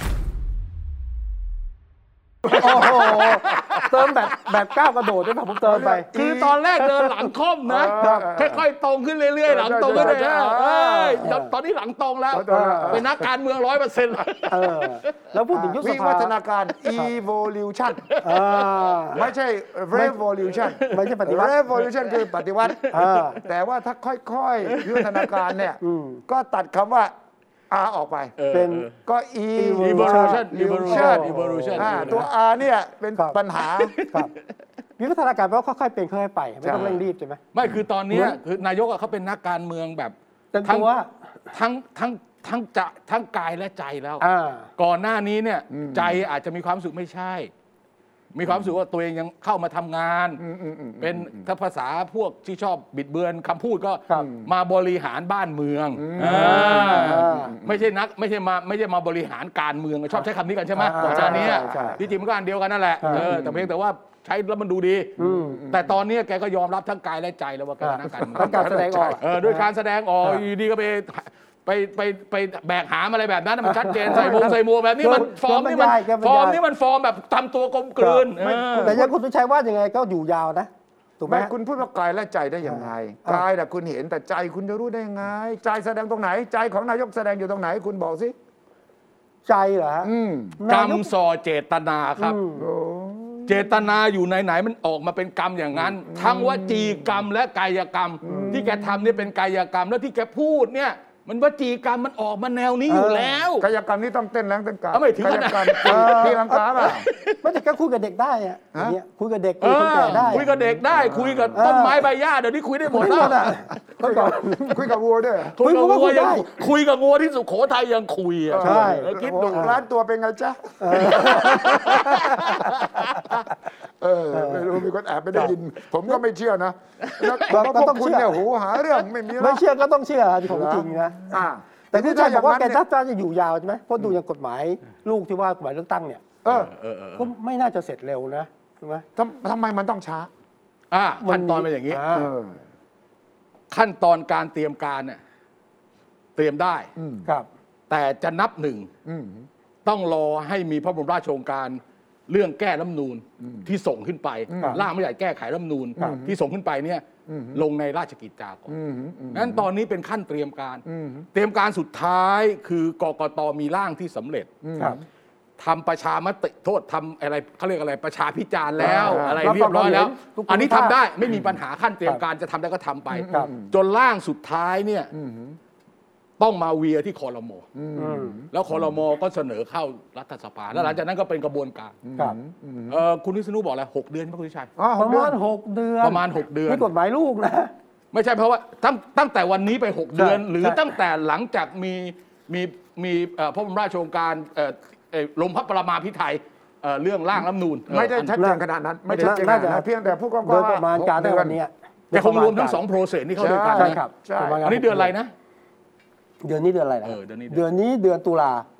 โอ้โหเติมแบบแบบก้าวกระโดดด้วยป่ะผมเติมไปคือตอนแรกเดินหลังค่อมนะครับค่อยๆตรงขึ้นเรื่อยๆหลังตรงขึ้นเลยใช่นะใช่เอ้ยใช่ตอนนี้หลังตรงแล้วหลังตรงแล้วเป็นนักการเมืองร้อยเปอร์เซ็นต์เออ แล้วพูดถึงยุบสวิภาวัฒนาการ evolution อ่าไม่ใช่ revolution ไม่ใช่ปฏิวัติ revolution คือปฏิวัติอ่าแต่ว่าถ้าค่อยๆ วิวัฒนาการเนี่ยอืมก็ตัดคำว่า R ออกไปเป็นก็ evolution evolution evolution อ่าตัว R เนี่ยเป็นครับปัญหาครับวิวัฒนาการแปลว่าค่อยๆเป็นค่อยๆไป ไม่ต้องเร่งรีบใช่ไหมไม่คือตอนเนี้ยคือนายกอะเขาเป็นนักการเมืองแบบเต็มทั้งตัวทั้งทั้งทั้งจะทั้งกายและใจแล้วอ่าก่อนหน้านี้เนี่ยใจอาจจะมีความรู้สึกไม่ใช่ มีความรู้สึกว่าตัวเองยังเข้ามาทำงาน เป็นถ้าภาษาพวกที่ชอบบิดเบือนคำพูดก็ครับมาบริหารบ้านเมืองอ่าอ่าไม่ใช่นักไม่ใช่มาไม่ใช่มาบริหารการเมืองชอบใช้คำนี้กันใช่ไหมอ่าก่อนหน้านี้ใช่ใช่ที่จริงมันก็อันเดียวกันนั่นแหละอ่าเออแต่เพียงแต่ว่าใช้แล้วมันดูดีอืมแต่ตอนนี้แกก็ยอมรับทั้งกายและใจแล้วว่าแกเป็นนักการเมืองทั้งการแสดงออกเออด้วยการแสดงออกอ่าอยู่ดีก็ไปไปไปไปแบกหามอะไรแบบนั้นมันชัดเจนใส่มงใส่หมวกแบบนี้มันเกินฟอร์มนี่มันเกินบรรยายฟอร์มนี่มันฟอร์มแบบทำตัวกลมกลืนครับเออแต่ยังคุณสุชัยว่ายังไงก็อยู่ยาวนะ ถูกไหมไม่คุณพูดว่ากายและใจได้ยังไงอ่ากายน่ะคุณเห็นแต่ใจคุณจะรู้ได้ยังไง ใจแสดงตรงไหน ใจของนายกแสดงอยู่ตรงไหนคุณบอกสิใจเหรอฮะอืมกรรมนายกส่อเจตนาครับอืมโอ้เจตนาอยู่ไหนๆมันออกมาเป็นกรรมอย่างนั้น ทั้งวจีกรรมและกายกรรม ที่แกทำเนี่ยเป็นกายกรรมแล้วที่แกพูดเนี่ย มันวจีกรรมมันออกมาแนวนี้อยู่แล้วกายกรรมนี่ต้องเต้นแรงเต้นกาเอาไม่ถึงกาขยนาดกรรมที่ลังกาเปล่าไม่แต่ก็คุยกับเด็กได้อะอย่างเงี้ยคุยกับเด็กเอคุยกับคนอแก่ได้คุยกับเด็กได้คุยกับต้นไม้ใบหญ้าเดี๋ยวนี้คุยได้หมดไม่แล้หมวดอ่ะก็ก่อนคุยกับวัวด้วยคุยกับคุยงัวได้ยังคุยกับงัวที่สุโขทัยยังคุยอ่ะใช่เออคิดดูร้านตัวเป็นไงจ๊ะเออไม่รู้มีคนแอบไปได้ยิน ผมก็ไม่เชื่อนะแล้วก็พวต้องกคุณเชื่อเนี่ยหูหาเรื่องไม่มีไม่เชื่อก็ต้องเชื่อที่ของจริงนะอ่าแต่คุณชัยบอกว่าแกถ้น่าจะอยู่ยาวใช่ไหมเพราะดูอย่างกฎหมายลูกที่ว่ากฎหมายเลือกตั้งเนี่ยเออเออเออก็ไม่น่าจะเสร็จเร็วนะใช่ไหมทำทำไมมันต้องช้าอ่ะขั้นตอนเป็นอย่างนี้อ่าเออขั้นตอนการเตรียมการเนี่ยเตรียมได้อืมครับแต่จะนับหนึ่งอืมต้องรอให้มีพระบรมราชโองการเรื่องแก้รัฐธรรมนูญที่ส่งขึ้นไปครับร่างไม่ใหญ่แก้ไขรัฐธรรมนูญครับที่ส่งขึ้นไปเนี่ยลงในราชกิจจาก่อนอืมอืมนั้นตอนนี้เป็นขั้นเตรียมการอืมเตรียมการสุดท้ายคือกกตมีร่างที่สำเร็จครับทำประชามติโทษทำอะไรเขาเรียกอะไรประชาพิจารณ์แล้วอ่าอะไรรับเรียบร้อยแล้วความเห็นทุกอันนี้ภูทำมิภาคได้ไม่มีปัญหาขั้นเตรียมการจะทำได้ก็ทำไปครับจนร่างสุดท้ายเนี่ยอืมต้องมาเวียที่คอรมออืมอืมแล้วคอรมอก็เสนอเข้ารัฐสภาแล้วหลังจากนั้นก็เป็นกระบวนการครับเออคุณวิษณุบอกอะไรหกเดือนใช่ไหมคุณวิชัยอ๋อประเดือมาน ณหกเดือนประมาณหกเดือนนี่กฎหมายลูกนะไม่ใช่เพราะว่าตั้งตั้งแต่วันนี้ไปหกเดือนใช่หรือใช่ตั้งแต่หลังจากมีมีมีเอ่อพระบรมราชโองการเอ่อเอ่อลงพระประมาพิไทยเอ่อเรื่องร่างรัฐธรรมนูญไม่ได้เออชัดเจนขนาดนั้น ไม่ชัดเจนขนาดนั้นเพียงแต่ผู้กองโดยประมาณการเดืได้อวัน นนี้แต่คงรวมทั้งสองโปรเซสที่เข้าด้วยกันใช่นะครับใช่ประมาณอันนี้เดือนอะไรนะเดือนนี้เดือนอะไรนะเออเดือนนี้เดือนเดือนนี้เดือนตุลาห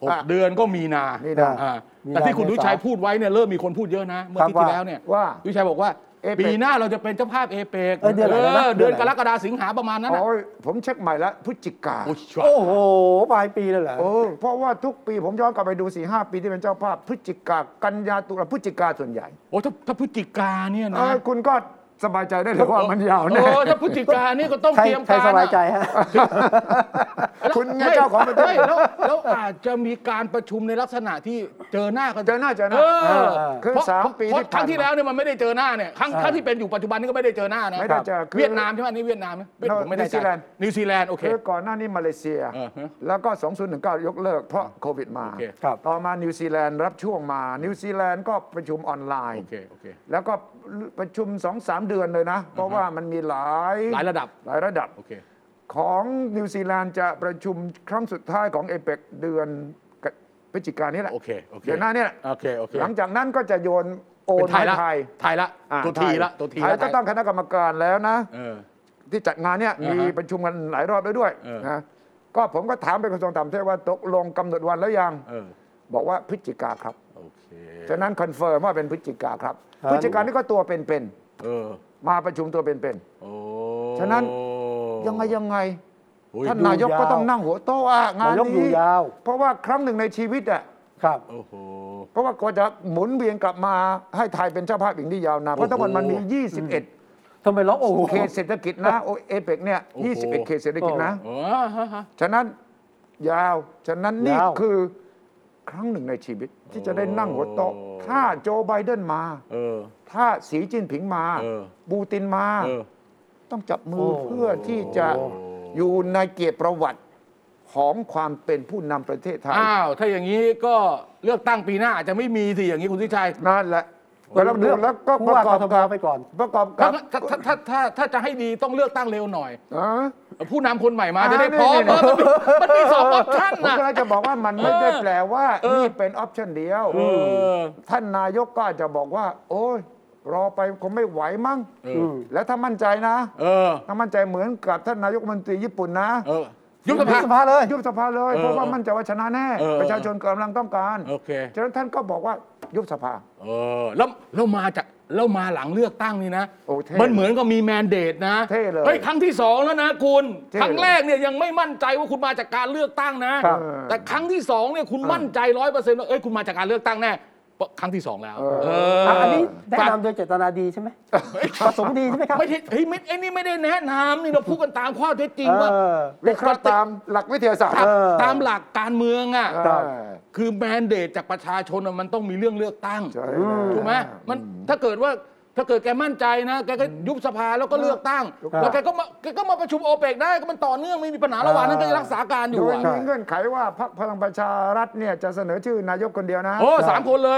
หกเดือนก็มีนานี่นะอ่าแต่ที่คุณดุชัยพูดไว้เนี่ยเริ่มมีคนพูดเยอะนะเมื่ออาทิตย์ที่แล้วเนี่ยว่าดุชัยบอกว่าเอเปกปีหน้าเราจะเป็นเจ้าภาพเอเปกเออเดือนไหนนะเดือนกรกฎาคมสิงหาประมาณนั้นนะโอ้ยผมเช็คใหม่แล้วพฤศจิกาโอ้ยโอ้โหปลายปีเลยเหรอโอ้เพราะว่าทุกปีผมย้อนกลับไปดูสี่ห้าปีที่เป็นเจ้าภาพพฤศจิกากันยาตุลาพฤศจิกาส่วนใหญ่โอ้ถ้าถ้าพฤศจิกาเนี่ยเอนะอคุณก็สบายใจได้เลยว่ามันยาวแน่โอ้ถ้าพฤศจิกานี่ก็ต้องใครเตรียมใครการสบายใจฮะคุณไงเจ้าของประเทศไม่แล้วแล้วอาจจะมีการประชุมในลักษณะที่เจอหน้ากันเจอหน้าเจอหน้าเออคือเพระสามปีเพระที่ครั้งผ่านมาที่แล้วเนี่ยมันไม่ได้เจอหน้าเนี่ยครั้งครั้งที่เป็นอยู่ปัจจุบันนี้ก็ไม่ได้เจอหน้านะไม่ได้เจอคือเวียดนามใช่ไหมนี่เวียดนามไหมเวียดผมไม่ได้นิวซีแลนด์นิวซีแลนด์โอเคคือก่อนหน้านี้มาเลเซียเออฮะแล้วก็ สองพันสิบเก้า ยกเลิกเพราะโควิดมาโอเคครับต่อมานิวซีแลนด์รับช่วงมา นิวซีแลนด์ก็ประชุมออนไลโอน์เคโอเคแล้วก็ประชุม สองสาม เดือนเลยนะ เพราะว่ามันมีหลายหลายระดับหลายระดับโอเคของนิวซีแลนด์จะประชุมครั้งสุดท้ายของเอเปกเดือนพฤศจิกายนนี้แหละโอเคโอเคเดือนหน้าเนี่ยโอเคโอเคหลังจากนั้นก็จะโยนโอเป็น นไทยละไทยไทยละอ่าตัวทีละตัวทีไทยละก็ตั้งคณะกรรมการแล้วนะเออที่จัดงานเนี่ยอ่าฮะมีประชุมกันหลายรอบแล้วด้วยเออนะก็ผมก็ถามไปกระทรวงต่างประเทศว่าตกลงกำหนดวันแล้วยังเออบอกว่าพฤศจิกาครับโอเคฉะนั้นคอนเฟิร์มว่าเป็นพฤศจิกาครับครับพฤศจิกานี่ก็ตัวเป็นเออๆมาประชุมตัวเป็นโอ้ฉะนั้น ๆยังไงยังไงโอ้ยท่านนายกก็ต้องนั่งหัวโต๊ะอ่ะงานนายกอยู่นี้ยาวเพราะว่าครั้งหนึ่งในชีวิตอ่ะครับโอ้โหเพราะว่ากว่าจะหมุนเวียนกลับมาให้ไทยเป็นเจ้าภาพอีกที่ยาวนานเพราะทั้งหมดมันมี ยี่สิบเอ็ดทำไมร้องโอ้โหเขตเศรษฐกิจนะโอเอเปกเนี่ยโอ้โหยี่สิบเอ็ด เขตเศรษฐกิจนะโอ้ฮะฮะฉะนั้นยาว ฉะนั้นนี่ยาวคือครั้งหนึ่งในชีวิต ที่จะได้นั่งหัวโต๊ะโอ้ถ้าโจไบเดนมาเออถ้าสีจิ้นผิงมาเออบูตินมาเออต้องจับมือโอ้เพื่อที่จะอยู่ในเกียรติประวัติของความเป็นผู้นำประเทศไทยอ้าว ถ้าอย่างนี้ก็เลือกตั้งปีหน้าอาจจะไม่มีสิอย่างนี้คุณทิชัยนั่นแหละแล้วดูแล้วก็ผู้ประว่ากอบทมกับไปก่อนประกอบกัถ้าบถ้าถ้าถ้าถ้าจะให้ดีต้องเลือกตั้งเร็วหน่อยอ๋อผู้นำคนใหม่มาอ่าจะได้พร้อมนี่เออมันมีมันมีสองออปชั่นผมนะก็จะบอกว่ามันไม่ได้แปลว่าเออนี่เป็นออปชั่นเดียวเออท่านนายกก็อาจจะบอกว่า โอ้ยรอไปคงไม่ไหวมั้งเออแล้วถ้ามั่นใจนะเออถ้ามั่นใจเหมือนกับท่านนายกรัฐมนตรีญี่ปุ่นนะเออยุบสยุภาบสภาเลยยุบสภาเลยเออเพราะว่ามั่นใจว่าชนะแน่เออประชาชนกำลังต้องการโอเคฉะนั้นท่านก็บอกว่ายุบสภาเออแล้วแล้วมาจากแล้วมาหลังเลือกตั้งนี่นะโอ้เท่มันเหมือนกับมีแมนเดตนะเท่เลยเฮ้ยครั้งที่สองแล้วนะคุณเท่ครั้งแรกเนี่ยยังไม่มั่นใจว่าคุณมาจากการเลือกตั้งนะครับแต่ครั้งที่สองเนี่ยคุณมั่นใจร้อยเปอร์เซ็นต์ว่าเอ้ยคุณมาจากการเลือกตั้งแน่ครั้งที่สองแล้วเออเออ่ะอันนี้แนะฝากนำโดยเจตนาดีใช่ไหมประสงค์ดีใช่ไหมครับไม่ใช่เฮ้ยไม่ไอ้นี่ไม่ได้แนะนำนี่เราพูดกันตามข้อเท็จจริงว่าเออวิเคราะห์ตามหลักวิทยาศาสตร์ตามเออตามหลักการเมืองอ่ะครับเออคือแมนเดตจากประชาชนอะมันต้องมีเรื่องเลือกตั้งใช่ถูกไหมมันถ้าเกิดว่าถ้าเกิดแกมั่นใจนะแกก็ยุบสภาแล้วก็เลือกตั้งครับแล้วแกก็มาแกก็มาประชุมโอเปกได้ก็มันต่อเนื่องไม่มีปัญหาระหว่างนั้นก็ยังรักษาการอยู่โดยอะมีเงื่อนไขว่าพรรคพลังประชารัฐเนี่ยจะเสนอชื่อนายกคนเดียวนะโอ้สามคนเลย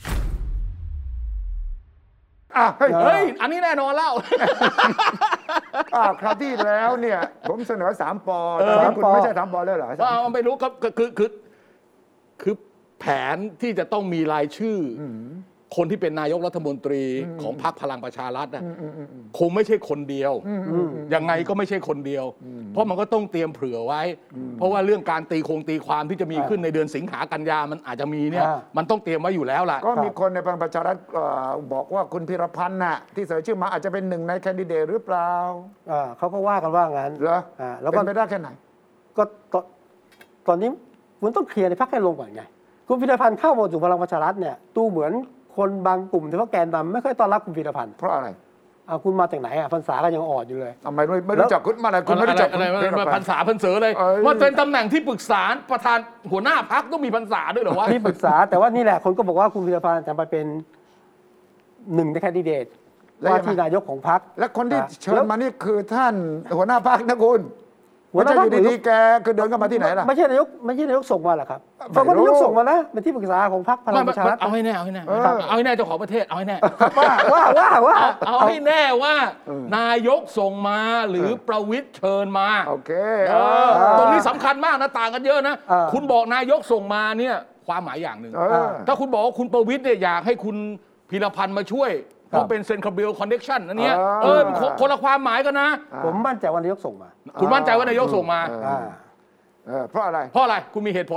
อ่ะเฮ้ยเฮ้ยอันนี้แน่นอนแล้วอ่ะคราวที่แล้วเนี่ยผมเสนอสามปอเออตอนนี้คุณสามปอไม่ใช่สามปอเลยเหรอว่าเอาไม่รู้ครับคือคือคือคือแผนที่จะต้องมีรายชื่ออคนที่เป็นนายกรัฐมนตรีของพรรคพลังประชารัฐนะคงไม่ใช่คนเดียวยังไงก็ไม่ใช่คนเดียว เพราะมันก็ต้องเตรียมเผื่อไว้ เพราะว่าเรื่องการตีคงตีความที่จะมีขึ้นในเดือนสิงหากันยามันอาจจะมีเนี่ยอ่ามันต้องเตรียมไว้อยู่แล้วล่ะก็มีคนในพลังประชารัฐเอ่อบอกว่าคุณพิรพันธ์น่ะที่เสนอชื่อมาอาจจะเป็นหนึ่งในแคนดิเดตหรือเปล่าอ่าเขาก็ว่ากันว่างั้นเหรออ่าแล้วเป็ก็นไปได้แค่ไหนก็ตอนตอนนี้มันต้องเคลียร์ในพรรคให้ลงก่อนไงคุณพิรพันธ์เข้ามาสู่พลังประชารัฐเนี่ยดูเหมือนคนบางกลุ่มที่ว่าแกนนำไม่ค่อยต้อนรับคุณพิรพันธ์เพราะอะไรอ่าคุณมาจากไหนอ่ะพรรษาก็ยังอ่อนอยู่เลยทำไมไม่ไม่รู้จักคุณมาอะไรคุณไม่รู้จักอะไรคุณอะไรพิรมาพัพันนธ์ษาพันเสือเลยเอ้ยว่าเป็นตำแหน่งที่ปรึกษาประธานหัวหน้าพักต้องมีพันษาด้วยเหรอวะที่ปรึกษาแต่ว่านี่แหละคนก็บอกว่าคุณพิรพันธ์จะไปเป็นหนึ่งในแคนดิเดตว่าที่นายกของพรรคและคนที่อ่ะเชิญมานี่คือท่านหัวหน้าพรรคนะคุณหัวหน้าพรรคไม่ใช่อยู่ดีๆแกคือเดินเข้ามาที่ไหนล่ะไม่ใช่นายกไม่ใช่นายกส่งมาเหรอครับไม่ฟังว่ารู้นายกส่งมานะเป็นที่ปรึกษาของพรรคพลัไม่งปไม่ระชารัฐเอาให้แน่เอาให้แน่เออเอาให้แน่เจ้าของประเทศเอาให้แน่ว่าว่าว่าว่าเอาเอาให้แน่ว่า นายกส่งมาหรือประวิตรเชิญมาโอเคเออตรงนี้สำคัญมากนะต่างกันเยอะนะเออคุณบอกนายกส่งมาเนี่ยความหมายอย่างหนึ่งเออถ้าคุณบอกว่าคุณประวิตรเนี่ยอยากให้คุณพีรพันธ์มาช่วยเพราะเป็นเซนคาเบลคอนเนคชั่นอันเนี้ยเออเออคนคนละความหมายกันนะผมมั่นใจว่านายกส่งมาคุณมั่นใจว่านายกส่งมาเอออ่าเออเพราะอะไรเพราะอะไรคุณมีเหตุผลอะไร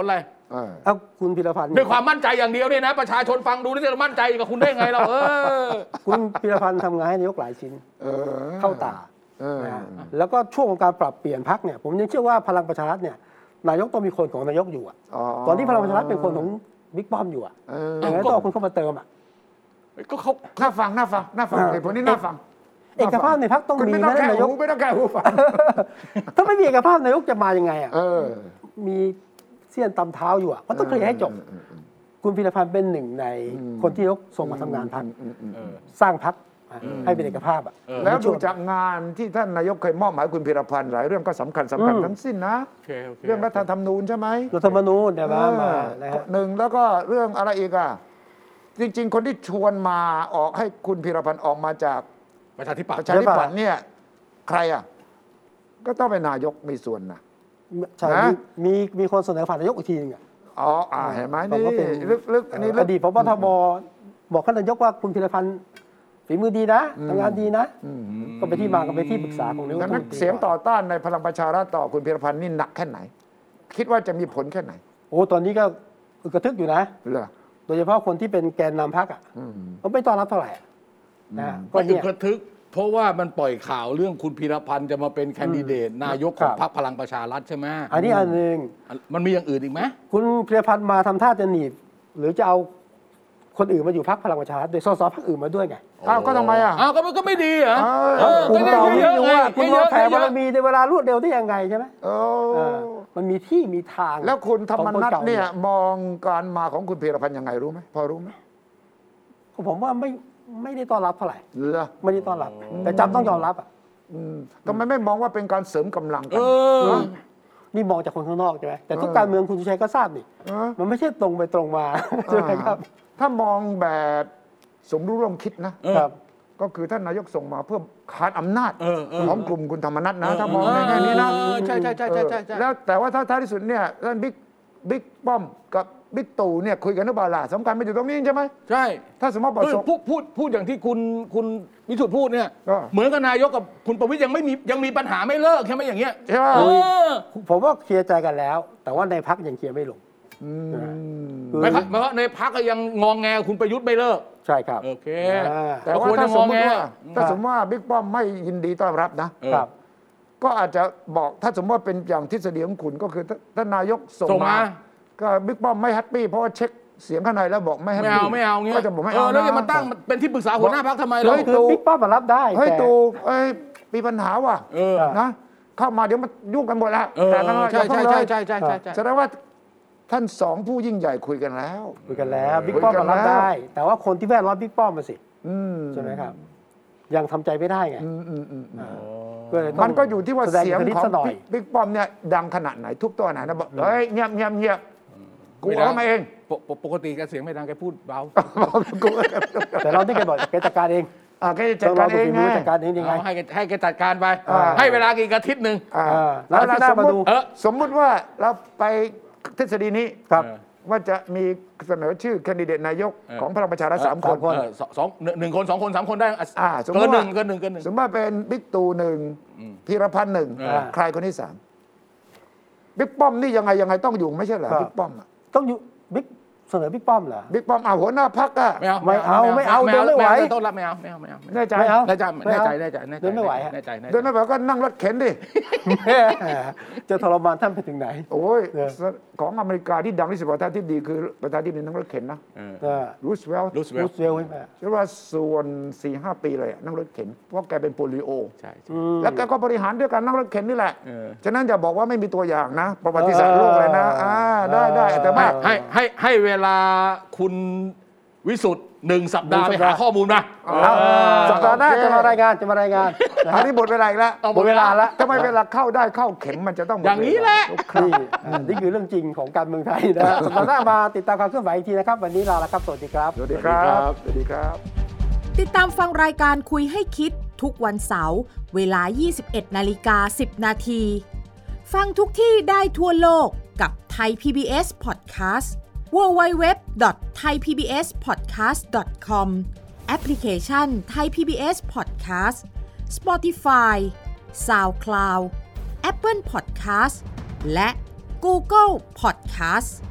เอ้าคุณพิรพันธ์ด้วยความมั่นใจอย่างเดียวเนี่ยนะประชาชนฟังดูนี่จะมั่นใจกับคุณได้ไงเราเออคุณพิรพันธ์ทำงานให้นายกหลายชิ้นเข้าตานะแล้วก็ช่วงของการปรับเปลี่ยนพรรคเนี่ยผมยังเชื่อว่าพลังประชารัฐเนี่ยนายกต้องมีคนของนายกอยู่อ่ะตอนที่พลังประชารัฐเป็นคนของบิ๊กป้อมอยู่อ่ะอย่างนั้นต้องเอาคุณเข้ามาเติมอ่ะก็เขาน่าฟังน่าฟังน่าฟังเหตุผลนี้น่าฟังเอกภาพในพรรคต้องมีนะนายกไม่ต้องแก้หูฟังถ้าไม่มีเอกภาพนายกจะมายังไงอ่ะมีเสี้ยนตำเท้าอยู่อ่ะมันต้องเคลียร์ให้จบคุณพิรพันธ์เป็นหนึ่งในคนที่ยกส่งมาทำงานพรรคสร้างพรรคให้เป็นเอกภาพอ่ะแล้วดูจากงานที่ท่านนายกเคยมอบหมายคุณพิรพันธ์หลายเรื่องก็สำคัญสำคัญทั้งสิ้นนะเรื่องรัฐธรรมนูญใช่ไหมรัฐธรรมนูญเนี่ยมาหนึ่งแล้วก็เรื่องอะไรอีกอ่ะจริงๆคนที่ชวนมาออกให้คุณพิรพันธ์ออกมาจากประชาธิปัตย์ประชาธิปัตย์เนี่ยใครอ่ะก็ต้องเป็นนายกมีส่วนนะใช่มีมีคนเสนอผ่านนายกอีกทีนึงอ่ะอ๋ออ่าเห็นไหมนี่ลึกๆอันนี้อดีตพบทบบอกท่านนายกว่าคุณพิรพันธ์ฝีมือดีนะทำงานดีนะก็ไปที่มาก็ไปที่ปรึกษาของนายกนั้นเสียงต่อต้านในพลังประชารัฐต่อคุณพิรพันธ์นี่หนักแค่ไหนคิดว่าจะมีผลแค่ไหนโอ้ตอนนี้ก็กระทึกอยู่นะโดยเฉพาะคนที่เป็นแกนนำพรรคอ่ะก็ไม่ต้อนรับเท่าไหร่นะก็เนี่ยกระทึกเพราะว่ามันปล่อยข่าวเรื่องคุณพีรพันธ์จะมาเป็นแคนดิเดตนายกของพรรคพลังประชารัฐใช่ไหมอันนี้อันหนึ่งมันมีอย่างอื่นอีกไหมคุณพีรพันธ์มาทำท่าจะหนีบหรือจะเอาคนอื่นมาอยู่พรรคพลังประชารัฐโดยสสพรรคอื่นมาด้วยไงอ้าวก็ทำไมอ่ะอ้าวก็ก็ไม่ดีเหรอคุณเราไม่รู้ว่าคุณมาแผ่บารมีในเวลารวดเร็วได้ยังไงใช่ไหมมันมีที่มีทางแล้วคุณธรรมนัสเนี่ยมองการมาของคุณพีรพันธ์ยังไงรู้ไหมพอรู้ไหมผมว่าไม่ไม่ได้ต้อนรับเท่าไหร่ไม่ได้ต้อนรับแต่จำต้องยอมรับอ่ะทำไมไม่มองว่าเป็นการเสริมกำลังกันนี่มองจากคนข้างนอกใช่ไหมแต่ทุกการเมืองคุณสุชัยก็ทราบนี่มันไม่ใช่ตรงไปตรงมาใช่ไหมครับถ้ามองแบบสมรู้ร่วมคิดนะครับก็คือท่านนายกส่งมาเพื่อขาดอำนาจของกลุ่มคุณธรรมนัสนะถ้ามองในแง่นี้นะใช่ใช่ใช่ใช่แล้วแต่ว่าถ้าท้ายที่สุดเนี่ยท่านบิ๊กบิ๊กป้อมกับบิ๊กตู่เนี่ยคุยกันหรือเปล่าล่ะสำคัญไปอยู่ตรงนี้ใช่ไหมใช่ถ้าสมมติพูดพูดพูดอย่างที่คุณคุณวิสุทธ์พูดเนี่ยเหมือนกับนายกกับคุณประวิตรยังไม่มียังมีปัญหาไม่เลิกใช่ไหมอย่างเงี้ยใช่ผมว่าเคลียร์ใจกันแล้วแต่ว่าในพรรคยังเคลียร์ไม่ลงไม่ครับเพราะในพรรคก็ยังงองแงคุณประยุทธ์ไม่เลิกใช่ครับโอเคแต่ว่าถ้าสมมติว่าถ้าสมมติว่าบิ๊กป้อมไม่ยินดีต้อนรับนะครับก็อาจจะบอกถ้าสมมติว่าเป็นอย่างทฤษฎีของคุณก็คือท่านนายกส่งมาก็บิ๊กป้อมไม่แฮปปี้เพราะว่าเช็คเสียงข้างในแล้วบอกไม่แฮปปี้ไม่เอาไม่เอาเงี้ยก็จะบอกไม่เอาแล้วจะมาตั้งเป็นที่ปรึกษาหัวหน้าพรรคทำไมเราบิ๊กป้อมมารับได้เฮ้ยตู่เอ้ยมีปัญหาว่ะนะเข้ามาเดี๋ยวมันยุ่งกันหมดแล้วแต่กันใช่ใช่ใช่ใช่ใช่ใช่แสดงว่าท่านสองผู้ยิ่งใหญ่คุยกันแล้วคุยกันแล้วบิ๊กป้อมมารับได้แต่ว่าคนที่แวดล้อมบิ๊กป้อมมาสิใช่ไหมครับยังทำใจไม่ได้ไงมันก็อยู่ที่ว่าเสียงของบิ๊กป้อมเนี่ยดังขนาดไหนทุกตัวไหนนะบอกเฮ้ยเงียบเงียบเงียบกูเอามาเองปกติแกเสียงไม่ดังแกพูดเบาแต่เราที่แกบอกแกจัดการเองแกจัดการเองไงจัดการเองยังไงให้ให้แกจัดการไปให้เวลากี่อาทิตย์หนึ่งแล้วสมมติสมมติว่าเราไปทฤษฎีนี้ว่าจะมีเสนอชื่อแคนดิเดตนายกของพลังประชารัฐสามคนสองหนึ่งคนสองคนสามคนได้เกินหนึ่งเกินหนึ่งเกินหนึ่งสมมติว่าเป็นบิ๊กตู่หนึ่งพีรพันธ์หนึ่งใครคนที่สามบิ๊กป้อมนี่ยังไงยังไงต้องอยู่ไม่ใช่เหรอบิ๊กป้อมต้องอยู่บิ๊กเสนอบิ๊กป้อมเหรอบิ๊กป้อมเอาหัวหน้าพรรคอะไม่เอาไม่เอาไม่เอาเดินไม่ไหวต้นรับไม่เอาไม่เอาไม่เอาแน่ใจแน่ใจแน่ใจแน่ใจเดินไม่ไหวแน่ใจเดินไม่ไหวก็นั่งรถเข็นดิจะทรมานท่านไปถึงไหนโอ้ยของอเมริกาที่ดังที่สุดประธานาธิบดีคือประธานาธิบดีนั่งรถเข็นนะรูสเวลต์รูสเวลต์ใช่ไหมใช่ว่าส่วนสี่ห้าปีเลยนั่งรถเข็นเพราะแกเป็นโปลิโอใช่แล้วแกก็บริหารด้วยการนั่งรถเข็นนี่แหละฉะนั้นอย่าบอกว่าไม่มีตัวอย่างนะประวัติศาสตร์โลกเลยนะอ่าได้ได้แต่ว่าให้ให้ให้เวลาคุณวิสุทธ์หนึ่งสัปดาห์ไปหาข้อมูลมาสัปดาห์หน้าจะมารายงานจะมารายงานอันนี้หมดเวลาอีกแล้วหมดเวลาแล้วทำไมเวลาเข้าได้เข้าเข็มมันจะต้องอย่างนี้แหละนี่นี่คือเรื่องจริงของการเมืองไทยนะสัปดาห์หน้ามาติดตามความเคลื่อนไหวอีกทีนะครับวันนี้ลาแล้วครับสวัสดีครับสวัสดีครับสวัสดีครับติดตามฟังรายการคุยให้คิดทุกวันเสาร์เวลา ยี่สิบเอ็ดนาฬิกาสิบนาทีฟังทุกที่ได้ทั่วโลกกับ Thai พี บี เอส Podcastดับเบิลยู ดับเบิลยู ดับเบิลยู ดอท ไทย พี บี เอส พอดแคสต์ ดอท คอม แอปพลิเคชัน Thai พี บี เอส Podcast Spotify SoundCloud Apple Podcast และ Google Podcast